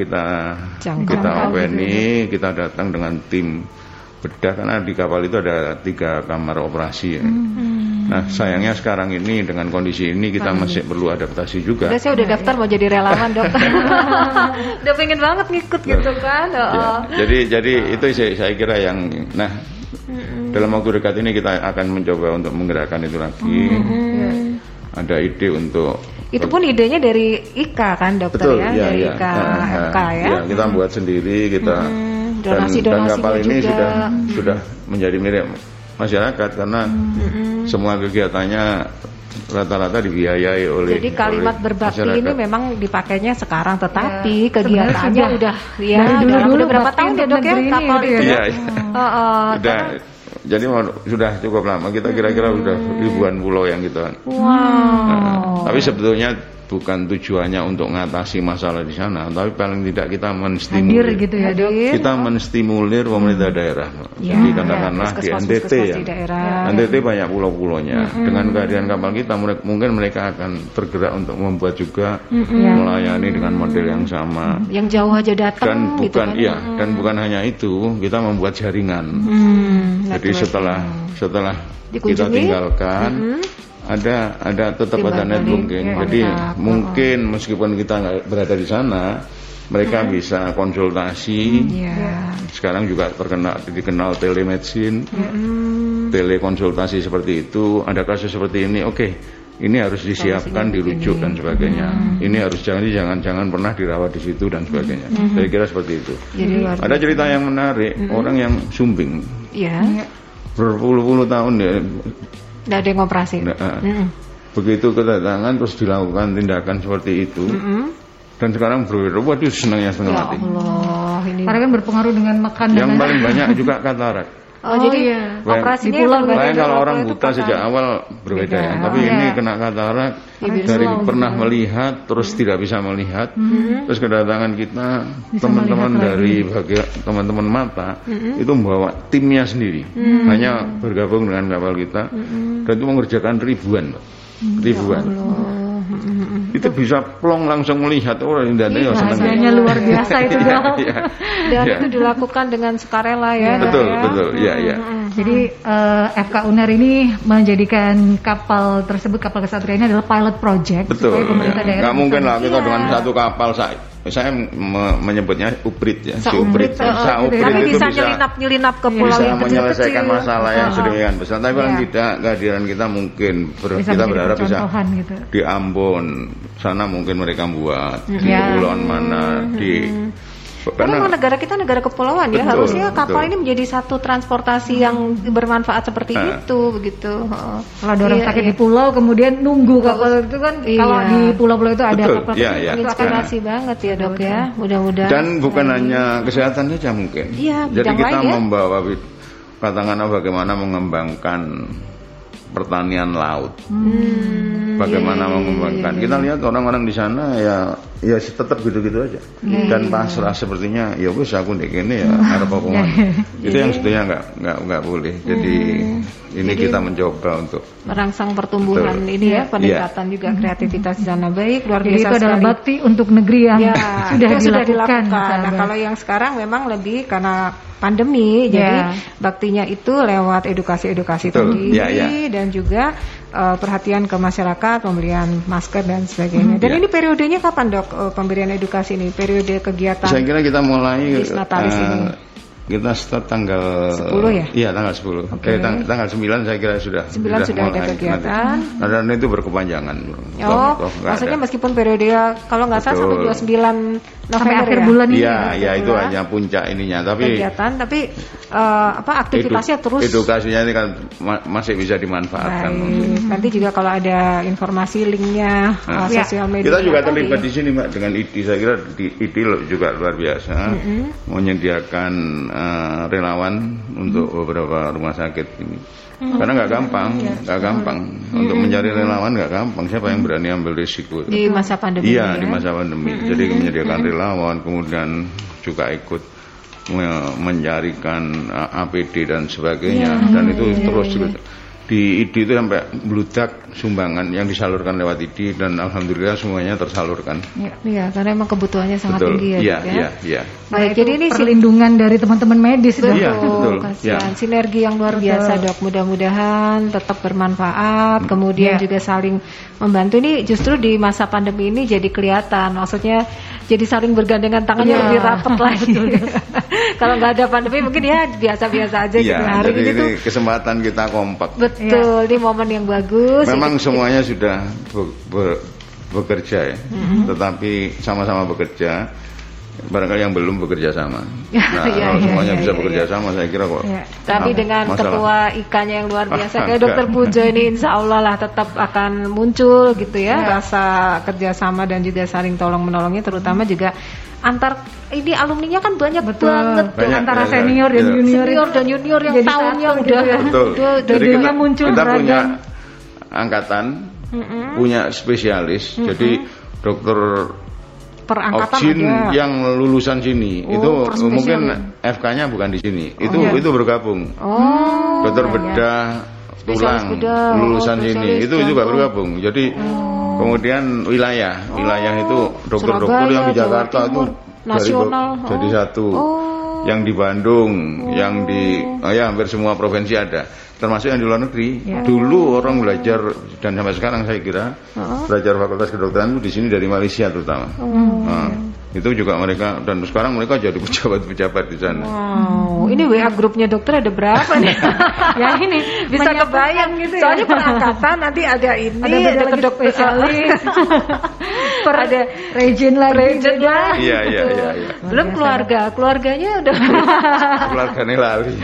[SPEAKER 4] openi, kita datang dengan tim bedah karena di kapal itu ada 3 kamar operasi ya. Nah sayangnya sekarang ini dengan kondisi ini kita masih perlu adaptasi juga.
[SPEAKER 3] Saya udah daftar mau jadi relawan dokter. Udah pengen banget ngikut gitu kan.
[SPEAKER 4] Ya. Jadi itu saya kira yang dalam waktu dekat ini kita akan mencoba untuk menggerakkan itu lagi. Ada ide untuk
[SPEAKER 3] itu pun idenya dari IKA kan dokter. Betul, ya dari IKA FK ya. Ya
[SPEAKER 4] kita buat sendiri kita. Dan kapal ini juga sudah menjadi milik masyarakat karena semua kegiatannya rata-rata dibiayai oleh. Jadi
[SPEAKER 3] kalimat berbakti ini memang dipakainya sekarang, tetapi kegiatannya udah berapa tahun ya dok ya kapal itu?
[SPEAKER 4] Jadi sudah cukup lama, kita kira-kira sudah ribuan pulau yang kita. Tapi sebetulnya bukan tujuannya untuk mengatasi masalah di sana, tapi paling tidak kita menstimulir.
[SPEAKER 2] Hadir gitu ya, Dok.
[SPEAKER 4] Kita menstimulir pemerintah daerah. Jadi katakanlah di NTT NTT banyak pulau-pulaunya. Dengan kehadiran kapal kita mungkin mereka akan tergerak untuk membuat juga melayani dengan model yang sama.
[SPEAKER 3] Yang jauh aja datang
[SPEAKER 4] dan bukan gitu kan? Dan bukan hanya itu, kita membuat jaringan. Jadi setelah kita tinggalkan ada tetap ada networking. Jadi mungkin meskipun kita nggak berada di sana, mereka bisa konsultasi. Sekarang juga dikenal telemedicine, telekonsultasi seperti itu. Ada kasus seperti ini, ini harus disiapkan, dirujuk dan sebagainya. Ini harus jangan pernah dirawat di situ dan sebagainya. Saya kira seperti itu. Ada cerita yang menarik, orang yang sumbing, berpuluh-puluh tahun ya.
[SPEAKER 3] Nggak ada yang operasi.
[SPEAKER 4] Begitu kedatangan terus dilakukan tindakan seperti itu, dan sekarang berpikir, waduh senangnya setengah mati.
[SPEAKER 2] Karena kan berpengaruh dengan makan.
[SPEAKER 4] Yang paling banyak juga katarak.
[SPEAKER 3] Jadi operasinya
[SPEAKER 4] lain kalau orang buta sejak awal berbeda ya. Tapi ini kena katarak dari pernah melihat terus tidak bisa melihat. Terus kedatangan kita teman-teman dari teman-teman mata itu membawa timnya sendiri. Hanya bergabung dengan kapal kita dan itu mengerjakan ribuan. Itu bisa plong langsung melihat orang ini
[SPEAKER 2] hasilnya luar biasa itu dong.
[SPEAKER 3] Dan itu dilakukan dengan sukarela ya.
[SPEAKER 4] Betul.
[SPEAKER 2] Jadi FK UNER ini menjadikan kapal tersebut, kapal Kesatria ini adalah pilot project.
[SPEAKER 4] Betul. Nggak mungkin lah kita dengan satu kapal saya menyebutnya uprit ya.
[SPEAKER 3] Uprit itu bisa nyelinap ke pulau yang kecil-kecil.
[SPEAKER 4] Menyelesaikan masalah yang sedemikian besar. Tapi paling tidak kehadiran kita mungkin kita berharap bisa gitu. Di Ambon sana mungkin mereka buat di kepulauan mana
[SPEAKER 3] karena negara kita negara kepulauan ya, harusnya kapal ini menjadi satu transportasi yang bermanfaat seperti itu begitu.
[SPEAKER 2] Kalau ada orang sakit di pulau kemudian nunggu kapal itu kan, kalau di pulau-pulau itu ada kapal
[SPEAKER 3] inspirasi banget ya dok ya, mudah-mudahan.
[SPEAKER 4] Dan bukan hanya kesehatan saja mungkin. Jadi kita membawa katakanlah bagaimana mengembangkan pertanian laut. Bagaimana mengembangkan. Kita lihat orang-orang di sana ya tetap gitu-gitu aja. Dan pasrah sepertinya ya wis aku ndek kene ya arep apa maneh. Itu yang sebetulnya enggak boleh. Jadi ini kita mencoba untuk
[SPEAKER 3] merangsang pertumbuhan ini ya, peningkatan juga kreativitas di sana. Baik, luar biasa.
[SPEAKER 2] Itu adalah bakti untuk negeri yang sudah dilakukan.
[SPEAKER 3] Nah, kalau yang sekarang memang lebih karena pandemi, jadi baktinya itu lewat edukasi tadi dan juga perhatian ke masyarakat, pemberian masker dan sebagainya. Dan ini periodenya kapan dok pemberian edukasi ini? Periode kegiatan?
[SPEAKER 4] Saya kira kita mulai
[SPEAKER 3] Natalis ini.
[SPEAKER 4] Kita start tanggal
[SPEAKER 3] 10 ya?
[SPEAKER 4] Iya, tanggal 10.
[SPEAKER 3] Okay.
[SPEAKER 4] Tanggal 9 saya kira sudah
[SPEAKER 3] 9 sudah ada kegiatan.
[SPEAKER 4] Dan itu berkepanjangan.
[SPEAKER 3] Maksudnya meskipun periode kalau nggak salah sampai 29 November
[SPEAKER 2] sampai akhir bulan ini.
[SPEAKER 4] Iya, itu hanya puncak ininya, tapi
[SPEAKER 3] kegiatan, tapi aktivitasnya terus.
[SPEAKER 4] Edukasinya ini kan masih bisa dimanfaatkan.
[SPEAKER 3] Nanti juga kalau ada informasi linknya sosial media.
[SPEAKER 4] Kita juga terlibat di sini, Mbak, dengan ID. Saya kira di ID juga luar biasa. Menyediakan relawan untuk beberapa rumah sakit ini. Karena nggak gampang, untuk mencari relawan nggak gampang. Siapa yang berani ambil risiko
[SPEAKER 3] di masa pandemi?
[SPEAKER 4] Iya, di masa pandemi. Jadi menyediakan relawan, kemudian juga ikut mencarikan APD dan sebagainya, dan itu terus di ID itu sampai bludak sumbangan yang disalurkan lewat ID, dan alhamdulillah semuanya tersalurkan.
[SPEAKER 3] Iya, karena memang kebutuhannya sangat tinggi ya.
[SPEAKER 4] Iya.
[SPEAKER 2] Baik, jadi ini perlindungan dari teman-teman medis itu.
[SPEAKER 4] Iya, betul.
[SPEAKER 3] Kasihan. Sinergi yang luar biasa, Dok. Mudah-mudahan tetap bermanfaat, kemudian juga saling membantu. Ini justru di masa pandemi ini jadi kelihatan, maksudnya jadi saling bergandengan tangannya lebih rapat lagi. Kalau nggak ada pandemi mungkin ya biasa-biasa aja gitu. Hari
[SPEAKER 4] jadi
[SPEAKER 3] ini tuh
[SPEAKER 4] kesempatan kita kompak.
[SPEAKER 3] Betul, ini momen yang bagus.
[SPEAKER 4] Memang semuanya sudah bekerja ya, tetapi sama-sama bekerja. Barangkali yang belum bekerja sama. Kalau semuanya bisa bekerja sama, saya kira kok.
[SPEAKER 3] Tapi dengan ketua IKA-nya yang luar biasa kayak Dokter Pujo ini, insya Allah lah tetap akan muncul gitu ya, rasa kerjasama dan juga saling tolong menolongnya, terutama juga antar ini alumninya kan banyak banget tuh, antara senior dan junior yang tahunnya udah
[SPEAKER 4] jadi kita punya angkatan, punya spesialis, jadi dokter Oksin yang lulusan sini itu mungkin FK-nya bukan di sini, itu bergabung. Dokter bedah tulang lulusan sini itu juga bergabung. Jadi kemudian wilayah itu dokter-dokter yang di Jakarta itu jadi satu, yang di Bandung, yang di hampir semua provinsi ada, termasuk yang di luar negeri. Dulu orang belajar, dan sampai sekarang saya kira belajar fakultas kedokteran itu di sini dari Malaysia terutama. Itu juga mereka, dan sekarang mereka jadi pejabat-pejabat di sana.
[SPEAKER 3] Ini WA grupnya dokter ada berapa nih? Ya ini bisa kebayang gitu. Soalnya perangkatan nanti ada ada kedokter spesialis, ada region lagi.
[SPEAKER 4] Iya.
[SPEAKER 3] Belum keluarganya udah.
[SPEAKER 4] Keluarganya lali.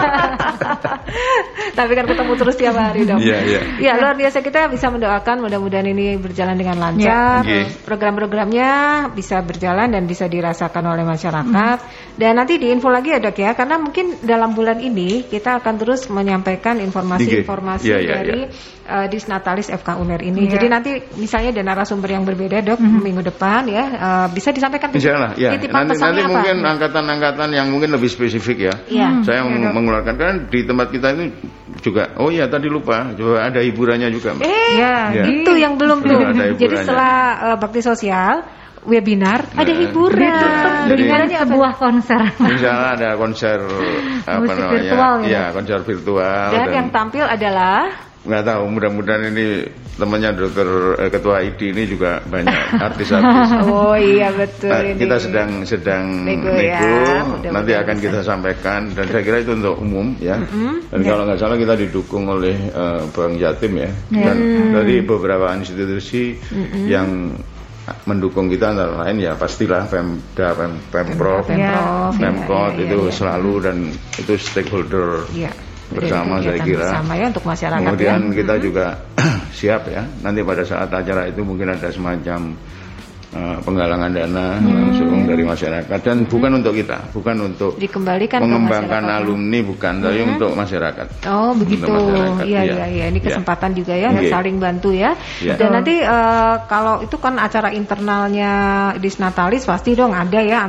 [SPEAKER 3] Tapi kan ketemu terus tiap hari dong.
[SPEAKER 4] Iya.
[SPEAKER 3] Luar biasa, kita bisa mendoakan mudah-mudahan ini berjalan dengan lancar. Program-programnya bisa berjalan dan bisa dirasakan oleh masyarakat. Dan nanti diinfo lagi ya, Dok ya, karena mungkin dalam bulan ini kita akan terus menyampaikan informasi-informasi dari Disnatalis FK UNER ini. Jadi nanti misalnya ada narasumber yang berbeda, Dok, minggu depan ya, bisa disampaikan.
[SPEAKER 4] Insyaallah ya. Nanti mungkin angkatan-angkatan yang mungkin lebih spesifik ya. Saya mengeluarkan, kan di tempat kita itu juga. Oh iya, tadi lupa, coba ada hiburannya juga.
[SPEAKER 3] Itu yang belum. Jadi setelah bakti sosial webinar ada hiburan.
[SPEAKER 2] Jadi sebuah konser.
[SPEAKER 4] Misalnya ada konser
[SPEAKER 2] virtual,
[SPEAKER 4] konser virtual.
[SPEAKER 3] Dan yang tampil adalah,
[SPEAKER 4] nggak tahu, mudah-mudahan ini temannya dokter ketua ID ini juga banyak artis-artis.
[SPEAKER 3] Oh iya betul.
[SPEAKER 4] Kita sedang nego. Nanti akan kita sampaikan, dan saya kira itu untuk umum ya. Dan kalau nggak salah kita didukung oleh Bank Jatim ya, dan dari beberapa institusi yang mendukung kita, antara lain ya pastilah Pemda, Pemprov, Pemkot itu selalu, dan itu stakeholder bersama saya kira.
[SPEAKER 3] Bersama ya untuk masyarakat.
[SPEAKER 4] Kemudian kita juga siap ya, nanti pada saat acara itu mungkin ada semacam penggalangan dana langsung dari masyarakat, dan bukan untuk kita, bukan untuk
[SPEAKER 3] dikembalikan
[SPEAKER 4] mengembangkan alumni, bukan, tapi untuk masyarakat.
[SPEAKER 3] Oh begitu. Iya. Ini kesempatan juga ya, saling bantu ya. Dan nanti kalau itu kan acara internalnya Disnatalis pasti dong ada ya,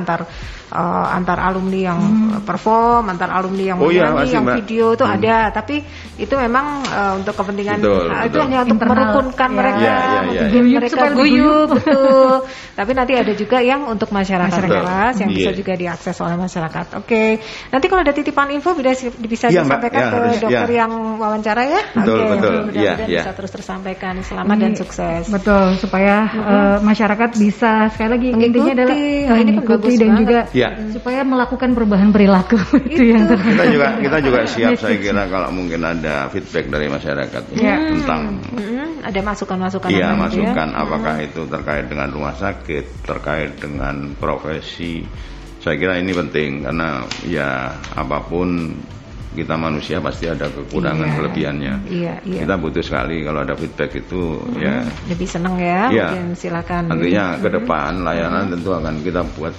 [SPEAKER 3] antar alumni yang perform, antar alumni yang menyanyi, yang video itu ada. Tapi itu memang untuk kepentingan itu hanya untuk merukunkan mereka, mereka guyup, betul. Tapi nanti ada juga yang untuk masyarakat kelas yang bisa juga diakses oleh masyarakat. Oke. Nanti kalau ada titipan info bisa disampaikan ke dokter yang wawancara ya.
[SPEAKER 4] Betul.
[SPEAKER 3] Mudah-mudahan bisa terus tersampaikan. Selamat dan sukses.
[SPEAKER 2] Betul, supaya masyarakat bisa sekali lagi intinya adalah mengikuti dan juga supaya melakukan perubahan perilaku itu yang
[SPEAKER 4] kita juga siap saya kira kalau mungkin ada feedback dari masyarakat tentang
[SPEAKER 3] ada masukan-masukan.
[SPEAKER 4] Iya, masukan apakah itu terkait dengan rumah sakit, terkait dengan profesi. Saya kira ini penting karena ya apapun kita manusia pasti ada kekurangan kelebihannya. Kita butuh sekali kalau ada feedback itu ya.
[SPEAKER 3] Lebih senang ya. Mungkin silakan.
[SPEAKER 4] Nantinya ke depan layanan tentu akan kita buat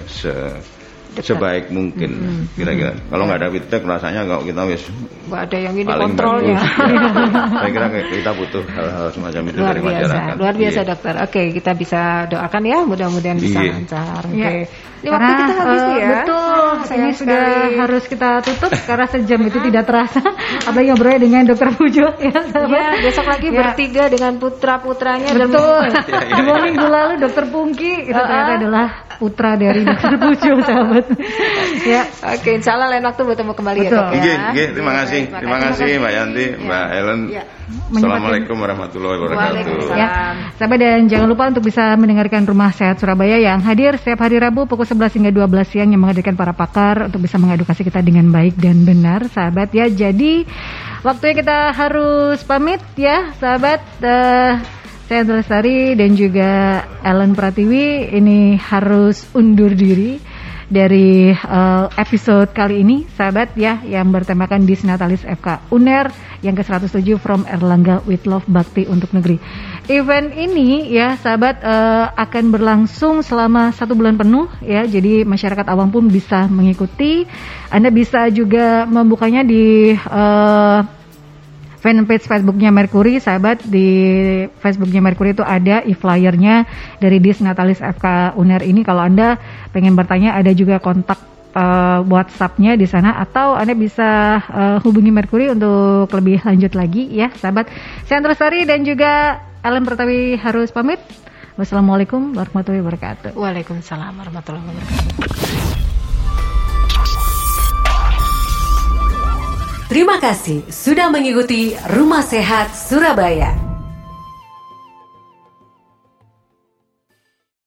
[SPEAKER 4] sebaik mungkin kira-kira. Kalau nggak ada feedback rasanya kalau kita
[SPEAKER 3] nggak ada yang ini kontrolnya.
[SPEAKER 4] Saya kira kita butuh hal-hal semacam itu dari masyarakat.
[SPEAKER 3] Luar biasa dokter. Oke, kita bisa doakan ya mudah-mudahan bisa lancar. Oke. Ini waktu kita habis ya.
[SPEAKER 2] Betul. Ini sudah harus kita tutup karena sejam itu tidak terasa. Apalagi ngobrolnya dengan Dokter Pujo ya.
[SPEAKER 3] Besok lagi bertiga dengan putra-putranya.
[SPEAKER 2] Betul. Dua minggu lalu Dokter Pungki itu ternyata adalah putra dari Dokter Pujo, sahabat.
[SPEAKER 3] Oke, insya Allah lain waktu bertemu kembali ya dok ya.
[SPEAKER 4] Terima kasih Mbak Yanti, Mbak Ellen. Assalamualaikum warahmatullahi wabarakatuh.
[SPEAKER 2] Sahabat, dan jangan lupa untuk bisa mendengarkan Rumah Sehat Surabaya yang hadir setiap hari Rabu pukul 11 hingga 12 siang yang menghadirkan para pakar untuk bisa mengedukasi kita dengan baik dan benar, sahabat ya. Jadi waktunya kita harus pamit ya, sahabat. Saya Andra Lestari dan juga Ellen Pratiwi ini harus undur diri dari episode kali ini, sahabat ya, yang bertemakan Disnatalis FK UNER yang ke-107 From Erlangga with Love Bakti untuk Negeri. Event ini ya, sahabat, akan berlangsung selama 1 bulan penuh ya, jadi masyarakat awam pun bisa mengikuti. Anda bisa juga membukanya di fanpage Facebooknya Mercury, sahabat. Di Facebooknya Mercury itu ada e-flyernya dari Disnatalis FK UNER ini. Kalau Anda pengen bertanya, ada juga kontak WhatsApp-nya di sana, atau Anda bisa hubungi Mercury untuk lebih lanjut lagi ya, sahabat. Saya Andra Lestari dan juga Ellen Pertawi harus pamit. Wassalamualaikum warahmatullahi wabarakatuh.
[SPEAKER 3] Waalaikumsalam warahmatullahi wabarakatuh.
[SPEAKER 1] Terima kasih sudah mengikuti Rumah Sehat Surabaya.